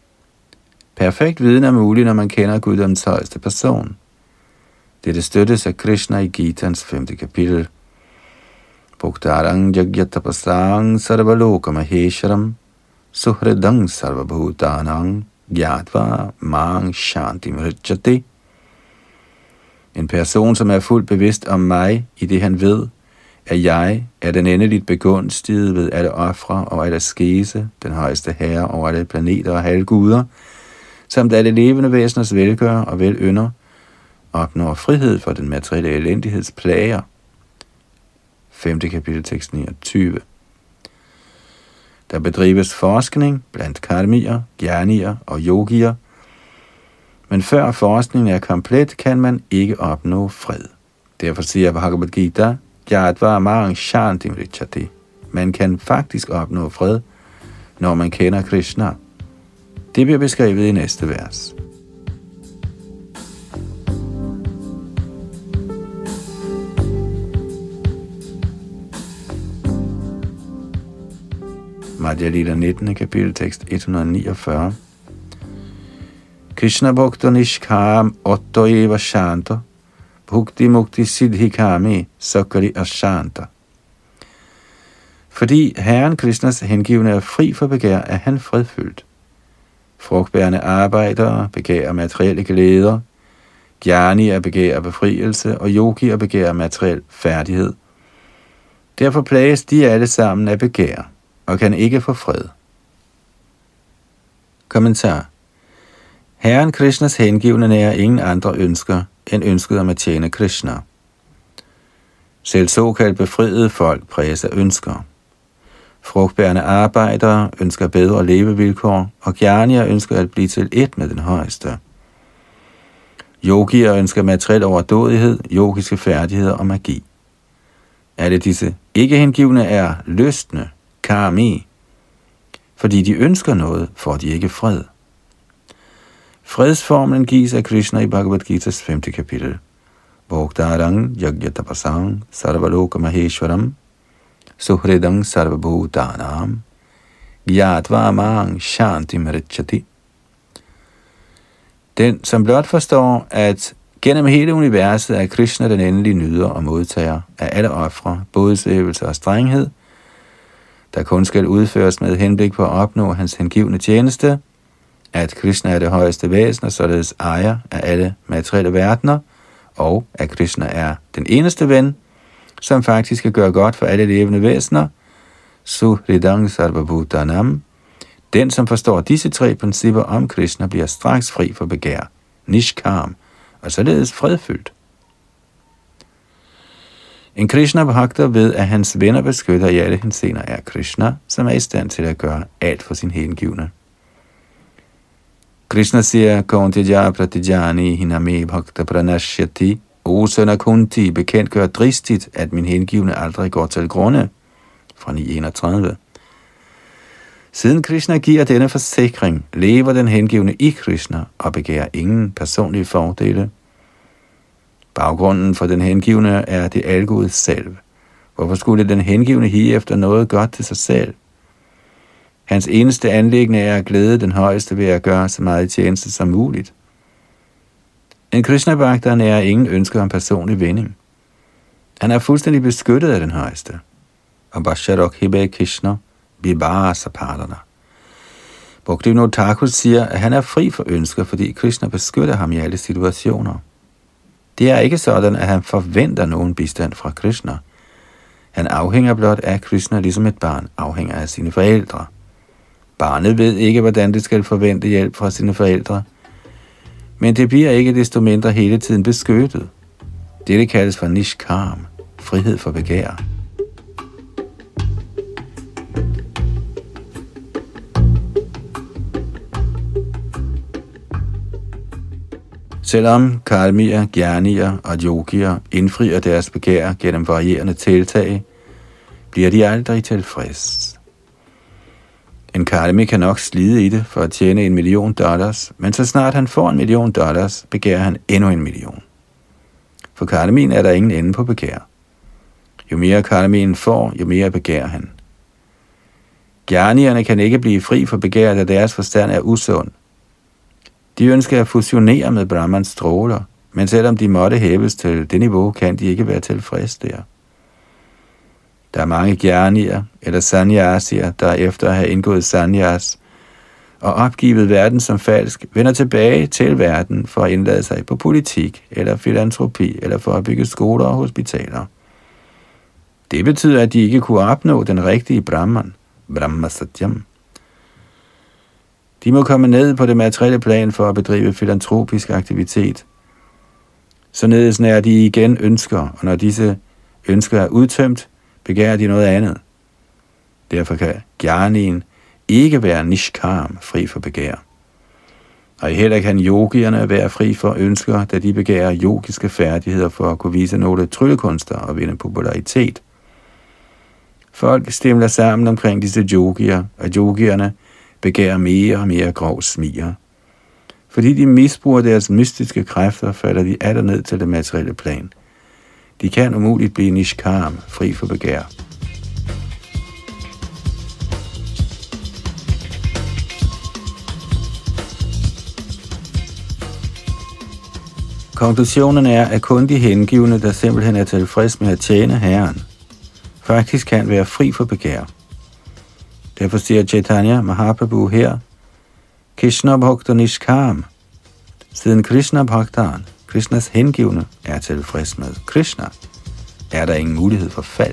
Perfekt viden er mulig, når man kender guddoms højeste person. Dette støttes af Krishna i Gitans femte kapitel. Bhuktarang jagyatapasang sarvaloka mahesharam suhridang sarvabhutanang gyatva mang shanti mritjate. En person, som er fuldt bevidst om mig, i det han ved, at jeg er den endeligt begunstigede ved alle ofre og alle skese, den højeste herre over alle planeter og halvguder, samt alle levende væseners velgør og velynder, opnår frihed for den materielle elendighedsplager. femte kapitel, tekst niogtyve. Der bedrives forskning blandt karmier, jnanier og yogier, men før forskningen er komplet, kan man ikke opnå fred. Derfor siger Bhagavad Gita, Yadva mang shanti mritjate. Man kan faktisk opnå fred, når man kender Krishna. Det bliver beskrevet i næste vers. Madhya Lila nittende kapitel, tekst et hundrede niogfyrre. Krishna bhakta nishkam otto eva shanta, bhukti mukti siddhikami sakari ashanta. Fordi Herren Krishnas hengivne er fri for begær, er han fredfyldt. Frugtbærende arbejdere begærer materielle glæder, jnani er begærer befrielse, og yogi er begærer materiel færdighed. Derfor plages de alle sammen af begær, og kan ikke få fred. Kommentar. Herren Krishnas hengivne nærer ingen andre ønsker, end ønsket om at tjene Krishna. Selv såkaldt befriede folk præges af ønsker. Frugtbærende arbejdere ønsker bedre levevilkår, og jnanier ønsker at blive til ét med den højeste. Yogier ønsker materiel overdådighed, yogiske færdigheder og magi. Alle disse ikke-hengivne er lystne, karmi. Fordi de ønsker noget, får de ikke fred. Fredsformlen gives af Krishna i Bhagavad Gitas femte kapitel. Bhuktarang jagyatapasang sarvaloka maheshwaram suhridang sarvabhutanam gyatva mang shanti mritjati. Den, som blot forstår, at gennem hele universet er Krishna den endelige nyder og modtager af alle ofre, bodsævelse og strenghed, der kun skal udføres med henblik på at opnå hans hengivne tjeneste, at Krishna er det højeste væsen og således ejer af alle materielle verdener, og at Krishna er den eneste ven, som faktisk kan gøre godt for alle levende væsener, Suhridang Sarvabhutanam. Den, som forstår disse tre principper om Krishna, bliver straks fri for begær, nishkam, og således fredfyldt. En Krishna bhakta ved, at hans venner beskytter i alle henseender, er Krishna, som er i stand til at gøre alt for sin hengivne. Krishna siger, Kaunteja pratijani hiname bhakta pranashyati, O søn af Kunti, bekendt gør dristigt, at min hengivne aldrig går til grunde. Fra ni enogtredive. Siden Krishna giver denne forsikring, lever den hengivne i Krishna og begærer ingen personlige fordele. Baggrunden for den hengivne er det algode selv. Hvorfor skulle den hengivne hige efter noget godt til sig selv? Hans eneste anliggende er at glæde den højeste ved at gøre så meget tjeneste som muligt. En Krishna-bhakta nærer ingen ønsker om personlig vinding. Han er fuldstændig beskyttet af den højeste. Og Basharok Hibe Krishna Bibara Sapadana. Bhaktivinoda Thakur siger, at han er fri for ønsker, fordi Krishna beskytter ham i alle situationer. Det er ikke sådan, at han forventer nogen bistand fra Krishna. Han afhænger blot af Krishna, ligesom et barn afhænger af sine forældre. Barnet ved ikke, hvordan det skal forvente hjælp fra sine forældre, men det bliver ikke desto mindre hele tiden beskyttet. Dette kaldes for nishkam, frihed for begær. Selvom karmier, gyanier og yogier indfrier deres begær gennem varierende tiltag, bliver de aldrig tilfreds. En karmi kan nok slide i det for at tjene en million dollars, men så snart han får en million dollars, begærer han endnu en million. For karmien er der ingen ende på begær. Jo mere karmien får, jo mere begærer han. Gyanierne kan ikke blive fri for begær, da deres forstand er usund. De ønsker at fusionere med Brahmans stråler, men selvom de måtte hæves til det niveau, kan de ikke være tilfreds der. Der er mange gyanier eller sannyasier, der efter at have indgået sannyas og opgivet verden som falsk, vender tilbage til verden for at indlade sig på politik eller filantropi eller for at bygge skoler og hospitaler. Det betyder, at de ikke kunne opnå den rigtige Brahman, Brahma Satyam. De må komme ned på det materielle plan for at bedrive filantropisk aktivitet. Således nærer de igen ønsker, og når disse ønsker er udtømt, begærer de noget andet. Derfor kan gyanien ikke være nishkam, fri for begær. Og heller kan yogierne være fri for ønsker, da de begærer yogiske færdigheder for at kunne vise nogle tryllekunster og vinde popularitet. Folk stemler sammen omkring disse yogier, og yogierne begærer mere og mere grov smiger. Fordi de misbruger deres mystiske kræfter, falder de atter ned til det materielle plan. De kan umuligt blive nishkam, fri for begær. Konklusionen er, at kun de hengivne, der simpelthen er tilfreds med at tjene Herren, faktisk kan være fri for begær. Derfor siger Chaitanya Mahaprabhu her, Krishna Bhakta Nishkam. Siden Krishna Bhaktan, Krishnas hengivne, er tilfreds med Krishna, er der ingen mulighed for fald.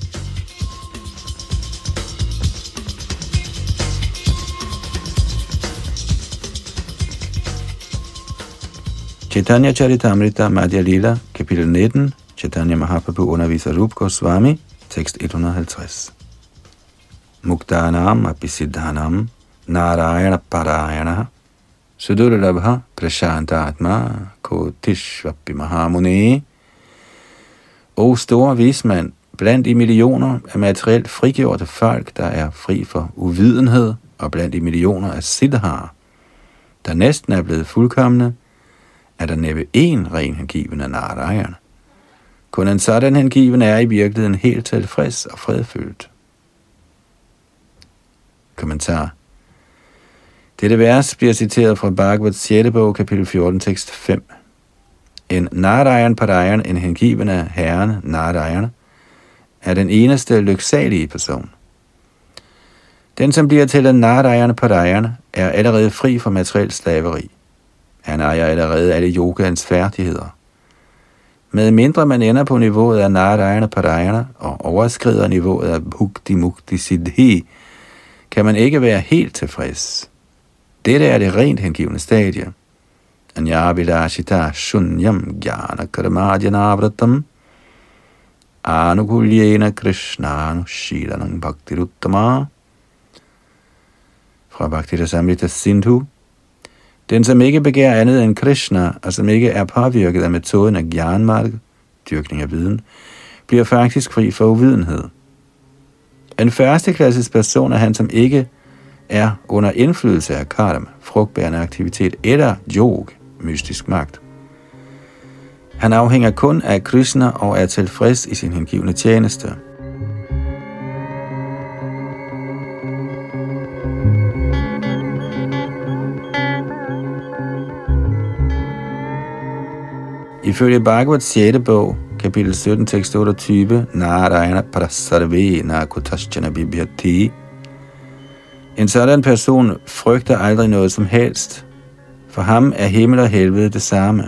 Chaitanya Charitamrita Madhya Lila, kapitel nitten, Chaitanya Mahaprabhu underviser Rupa Goswami, tekst et hundrede og halvtreds. Muktanam apisiddhanam narayana parayana sudurlabha prashantatma kotishvapi mahamune. O store vismand, blandt de millioner af materielt frigjorte folk, der er fri for uvidenhed, og blandt de millioner af siddhar, der næsten er blevet fuldkomne, er der næppe én ren hengivende Narayan. Kun en sådan hengiven er i virkeligheden helt tilfreds og fredfyldt. Kommentar. Dette vers bliver citeret fra Bhagavats sjette bog, kapitel fjorten, tekst fem. En Narayan Parayan, en hengiven af Herren Narayan, er den eneste lyksalige person. Den, som bliver til en Narayan Parayan, er allerede fri fra materiel slaveri. Han ejer allerede alle yogaens færdigheder. Med mindre man ender på niveauet af Narayana Parayana og overskrider niveauet af Bhukti Mukti Siddhi, kan man ikke være helt tilfreds. Dette er det rent hengivne stadie. Anyavilashita shunyam jnana karmadyanavratam anukulyena krishnanu shilanam bhaktiruttama. Fra Bhakti-rasamrita Sindhu. Den, som ikke begærer andet end Krishna, og som ikke er påvirket af metoden af Gyanmarg, dyrkning af viden, bliver faktisk fri for uvidenhed. En førsteklasses person er han, som ikke er under indflydelse af karma, frugtbærende aktivitet, eller yog, mystisk magt. Han afhænger kun af Krishna og er tilfreds i sin hengivne tjeneste. Ifølge Bhagavats sjette bog, kapitel sytten, tekst otteogtyve, Narayana prasarve nakutasjana bibhyati. En sådan person frygter aldrig noget som helst. For ham er himmel og helvede det samme.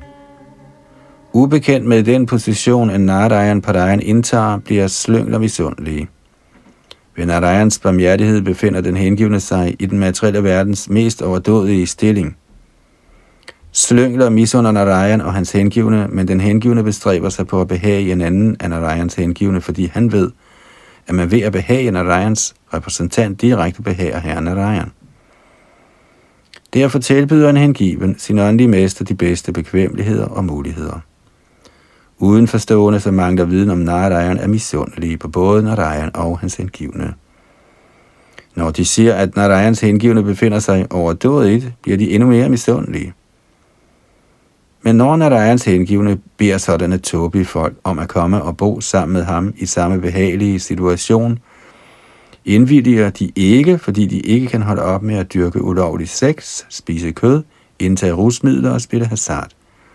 Ubekendt med den position, en Narayan Parayan indtager, bliver slyngler misundelige. Ved Narayans barmhjertighed befinder den hengivne sig i den materielle verdens mest overdådige stilling. Slyngler misunder Narayan og hans hengivne, men den hengivne bestræber sig på at behage en anden af Narayans hengivne, fordi han ved, at man ved at behage Narayans repræsentant direkte behager herren Narayan. Derfor tilbyder en hengiven sin åndelige mester de bedste bekvemmeligheder og muligheder. Uden forstående, så mangler viden om Narayan er misundelige på både Narayan og hans hengivne. Når de siger, at Narayans hengivne befinder sig overdådigt, bliver de endnu mere misundelige. Men når Narayans hengivne beder sådanne tåbelige folk om at komme og bo sammen med ham i samme behagelige situation, indvilliger de ikke, fordi de ikke kan holde op med at dyrke ulovlig sex, spise kød, indtage rusmidler og spille hasard.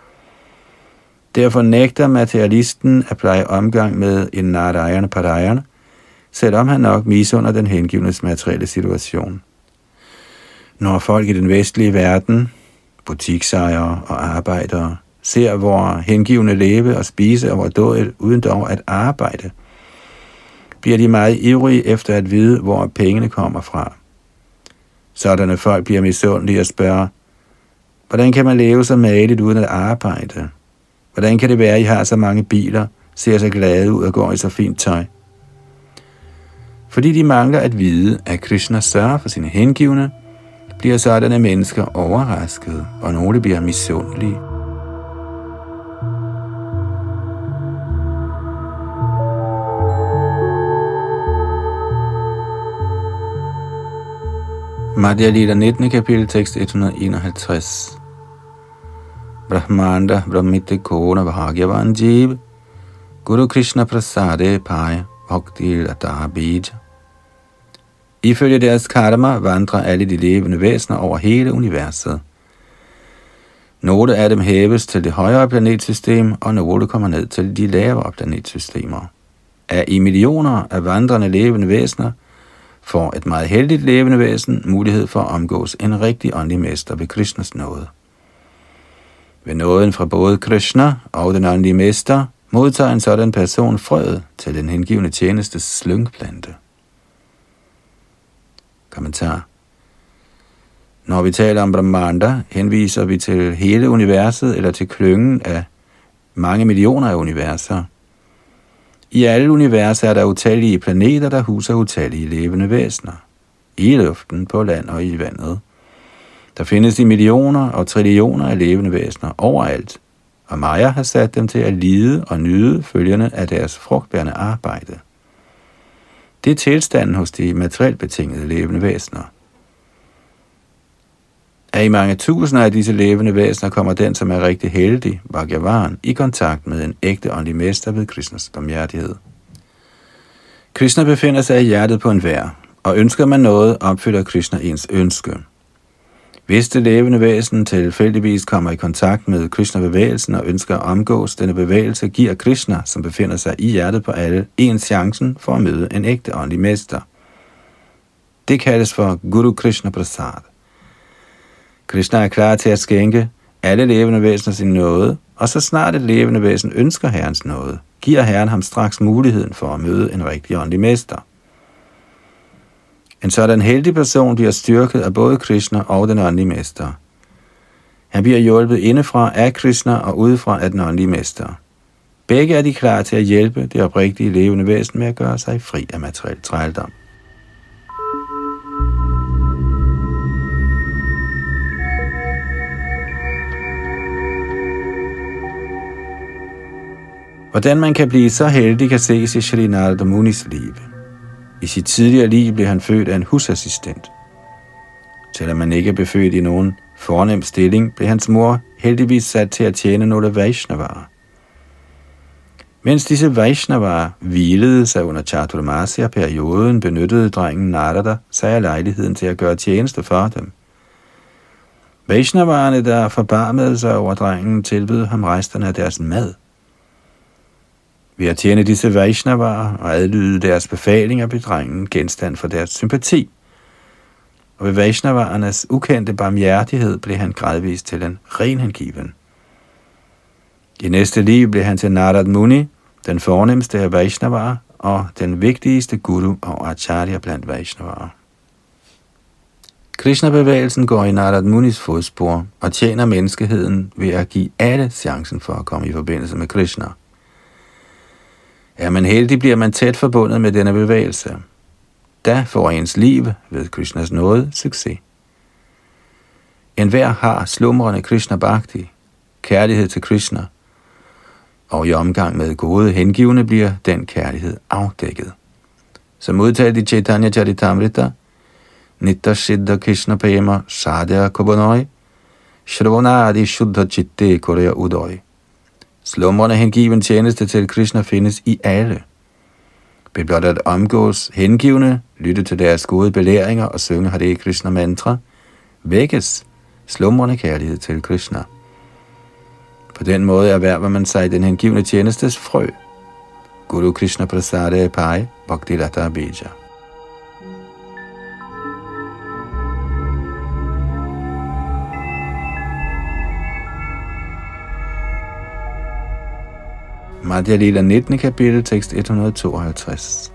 Derfor nægter materialisten at pleje omgang med en Narayana Parayan, selvom han nok misunder den hengivnes materielle situation. Når folk i den vestlige verden, butiksejere og arbejdere, ser hvor hengivne leve og spise overdådigt uden dog at arbejde, bliver de meget ivrige efter at vide, hvor pengene kommer fra. Sådanne folk bliver misundelige og spørger, hvordan kan man leve så mageligt uden at arbejde? Hvordan kan det være, at I har så mange biler, ser så glade ud og går i så fint tøj? Fordi de mangler at vide, at Krishna sørger for sine hengivne, bliver sådanne mennesker overraskede, og nogle bliver misundelige. Madhya Lila nittende kapitel, tekst et hundrede og enoghalvtreds. Brahmanda brahmite kona bhagyavan jeev Guru Krishna prasade paya bhakti lata bija. Ifølge deres karma vandrer alle de levende væsener over hele universet. Nogle af dem hæves til det højere planetsystem, og nogle kommer ned til de lavere planetsystemer. Af i millioner af vandrende levende væsener får et meget heldigt levende væsen mulighed for at omgås en rigtig åndelig mester ved Krishnas nåde. Ved nåden fra både Krishna og den åndelige mester modtager en sådan person frøet til den hengivne tjenestes slyngplante. Kommentar. Når vi taler om Brahmanda, henviser vi til hele universet eller til klyngen af mange millioner af universer. I alle universer er der utallige planeter, der huser utallige levende væsener. I luften, på land og i vandet. Der findes de millioner og trillioner af levende væsener overalt, og Maya har sat dem til at lide og nyde følgerne af deres frugtbærende arbejde. Det er tilstanden hos de materielt betingede levende væsener. Af i mange tusinder af disse levende væsener kommer den, som er rigtig heldig, Bhagavan, i kontakt med en ægte åndelig mester ved Krishnas barmhjertighed. Krishna befinder sig i hjertet på enhver, og ønsker man noget, opfylder Krishna ens ønske. Hvis det levende væsen tilfældigvis kommer i kontakt med Krishna-bevægelsen og ønsker at omgås denne bevægelse, giver Krishna, som befinder sig i hjertet på alle, en chancen for at møde en ægte åndelig mester. Det kaldes for Guru Krishna Prasad. Krishna er klar til at skænke alle levende væsener sin nåde, og så snart et levende væsen ønsker herrens nåde, giver herren ham straks muligheden for at møde en rigtig åndelig mester. En sådan heldig person bliver styrket af både Krishna og den åndelige mester. Han bliver hjulpet indefra af Krishna og udefra af den åndelige mester. Begge er de klar til at hjælpe det oprigtige levende væsen med at gøre sig fri af materiel trældom. Hvordan man kan blive så heldig, kan ses i Shri Narada Munis liv. I sit tidligere liv blev han født af en husassistent. Selvom man ikke blev født i nogen fornem stilling, blev hans mor heldigvis sat til at tjene nogle Vaishnavaer. Mens disse Vaishnavaer hvilede sig under Chaturmasya-perioden, benyttede drengen Narada sig af lejligheden til at gøre tjeneste for dem. Vaishnavaerne, der forbarmede sig over drengen, tilbød ham resterne af deres mad. Ved at tjene disse Vaishnavaer og adlyde deres befalinger, blev drengen genstand for deres sympati. Og ved Vaishnavaernes ukendte barmhjertighed blev han gradvist til en ren hengiven. I næste liv blev han til Narad Muni, den fornemste af Vaishnavaer og den vigtigste guru og acharya blandt Vaishnavaer. Krishna-bevægelsen går i Narad Munis fodspor og tjener menneskeheden ved at give alle chancen for at komme i forbindelse med Krishna. Er man heldig, bliver man tæt forbundet med denne bevægelse. Da får ens liv ved Krishnas nåde succes. Enhver har slumrende Krishna Bhakti, kærlighed til Krishna, og i omgang med gode hengivne bliver den kærlighed afdækket. Som udtalt i Chaitanya Charitamrita, Nitta Siddha Krishna Prema Sadhya Kobonoi, Shravana Shuddha Chitte Korea Udoi. Slumrende hengiven tjeneste til Krishna findes i alle. Ved blot at omgås hengivne, lytte til deres gode belæringer og synge Hare Krishna mantra, vækkes slumrende kærlighed til Krishna. På den måde erhverver man sig den hengivne tjenestes frø. Guru Krishna Prasade Pai Bhakti Lata Bija. Madhya Lila nittende kapitel, tekst et hundrede og tooghalvtreds.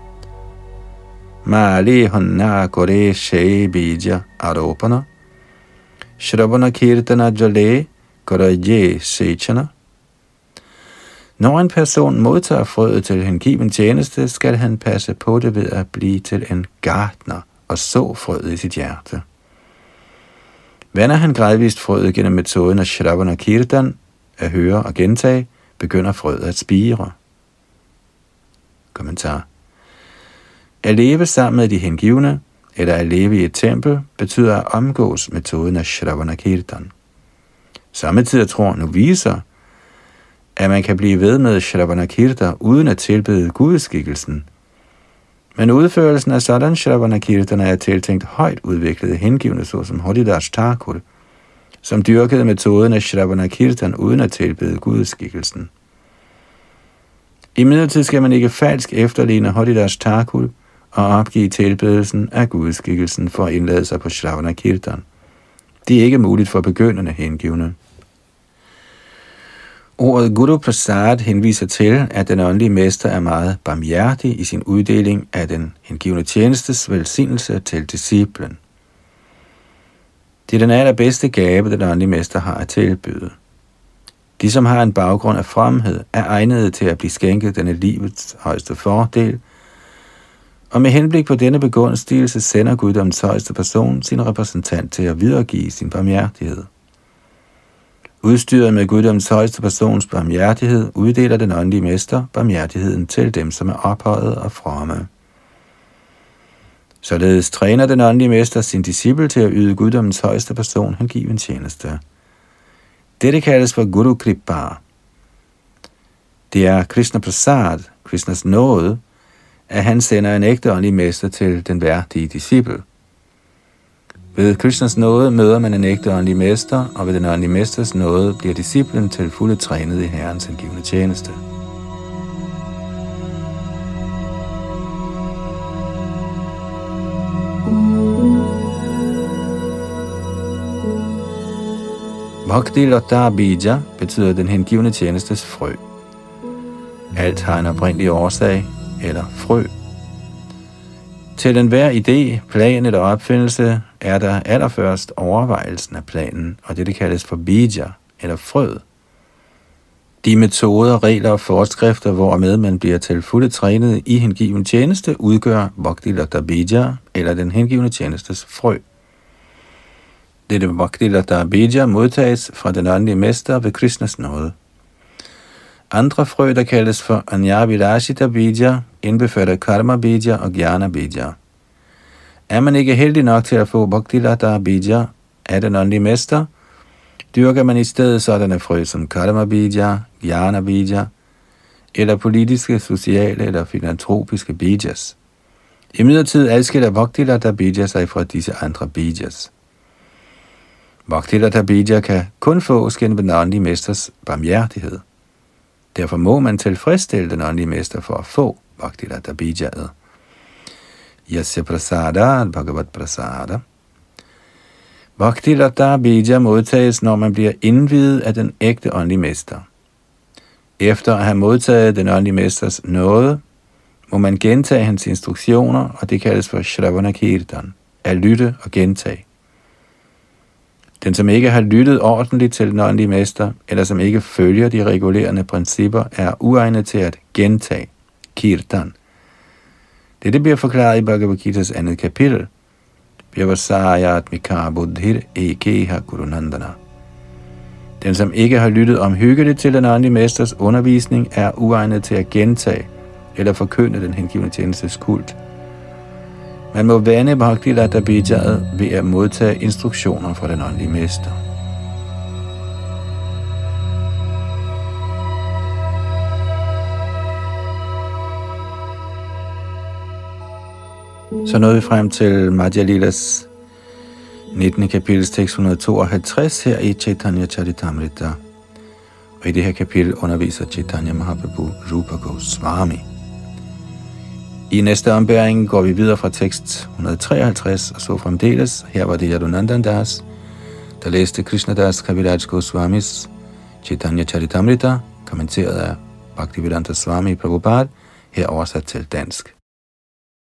Mali honna kore shei bija aropana, shravana kirtana jale koraje sechana. Når en person modtager frøet til hengiven tjeneste, skal han passe på det ved at blive til en gartner og så frøet i sit hjerte. Vander han gradvist frøet gennem metoden af shravana kirtan, at høre og gentage, begynder frøet at spire. Kommentar. At leve sammen med de hengivne, eller at leve i et tempel, betyder at omgås metoden af Shravana Kirtan. Samtidig tror noviser, at man kan blive ved med Shravana Kirtan uden at tilbede gudskikkelsen. Men udførelsen af sådan Shravana Kirtan er tiltænkt højt udviklede hengivne, såsom Haridas Thakur, som dyrkede metoden af Shravana Kirtan uden at tilbede gudskikkelsen. Imidlertid skal man ikke falsk efterligne Haridas Thakur og opgive tilbedelsen af gudskikkelsen for at indlade sig på Shravana Kirtan. Det er ikke muligt for begyndende hengivne. Ordet Guru Prasad henviser til, at den åndelige mester er meget barmhjertig i sin uddeling af den hengivne tjenestes velsignelse til disciplen. Det er den allerbedste gave, den åndelige mester har at tilbyde. De, som har en baggrund af fromhed, er egnede til at blive skænket denne livets højeste fordel, og med henblik på denne begunstigelse sender guddommens højeste person sin repræsentant til at videregive sin barmhjertighed. Udstyret med guddommens højeste persons barmhjertighed uddeler den åndelige mester barmhjertigheden til dem, som er ophøjet og fromme. Således træner den åndelige mester sin disciple til at yde guddommens højeste person hengiven tjeneste. Dette kaldes for Guru Kripa. Det er Krishna Prasad, Krishnas nåde, at han sender en ægte åndelig mester til den værdige disciple. Ved Krishnas nåde møder man en ægte åndelig mester, og ved den åndelige mesters nåde bliver disciplen til fulde trænet i Herrens hengivne tjeneste. Bhakti Lata Bija betyder den hengivne tjenestes frø. Alt har en oprindelig årsag, eller frø. Til enhver idé, plan eller opfindelse er der allerførst overvejelsen af planen, og det, det kaldes for bija, eller frøet. De metoder, regler og forskrifter, hvormed man bliver til fulde trænet i hengiven tjeneste, udgør Bhakti Lata Bija, eller den hengivne tjenestes frø. Dette Bhakti Lata Bija modtages fra den åndelige mester ved Krishnas nåde. Andre frø, der kaldes for Anya Vilashita Bija, indbefatter Karma Bija og Jnana Bija. Er man ikke heldig nok til at få Bhaktilata Bija af den åndelige mester, dyrker man i stedet sådanne frø som Karma Bija, Jnana Bija, eller politiske, sociale eller filantropiske Bijas. Imidlertid adskiller Bhaktilata Bija sig fra disse andre Bijas. Bhaktilata Bija kan kun fås gennem den åndelige mesters barmhjertighed. Derfor må man tilfredsstille den åndelige mester for at få Bhaktilata Bijaet. Yasya prasada, bhagavat prasada. Bhaktilata Bija modtages, når man bliver indviet af den ægte åndelige mester. Efter at have modtaget den åndelige mesters nåde, må man gentage hans instruktioner, og det kaldes for Shravana Kirtan, at lytte og gentage. Den, som ikke har lyttet ordentligt til den åndelige mester, eller som ikke følger de regulerende principper, er uegnet til at gentage Kirtan. Dette bliver forklaret i Bhagavad Gita's andet kapitel. Vyavasayatmika buddhir ekeha gurunandana. Den, som ikke har lyttet omhyggeligt til den åndelige mesters undervisning, er uegnet til at gentage eller forkynde den hengivne tjenestes kult. Man må vande Bhaktilata Bijaet ved at modtage instruktioner fra den åndelige mester. Så nåede vi frem til Madhya Lilas nittende kapitels tekst et hundrede og tooghalvtreds her i Chaitanya Charitamrita. Og i det her kapitel underviser Chaitanya Mahaprabhu Rupa Goswami. I næste ombæring går vi videre fra tekst et hundrede og treoghalvtreds og så fremdeles. Her var det Yadunandan Das, der læste Krishnadas Kaviraj Goswamis Chaitanya Charitamrita, kommenteret af Bhaktivedanta Swami Prabhupada, her oversat til dansk.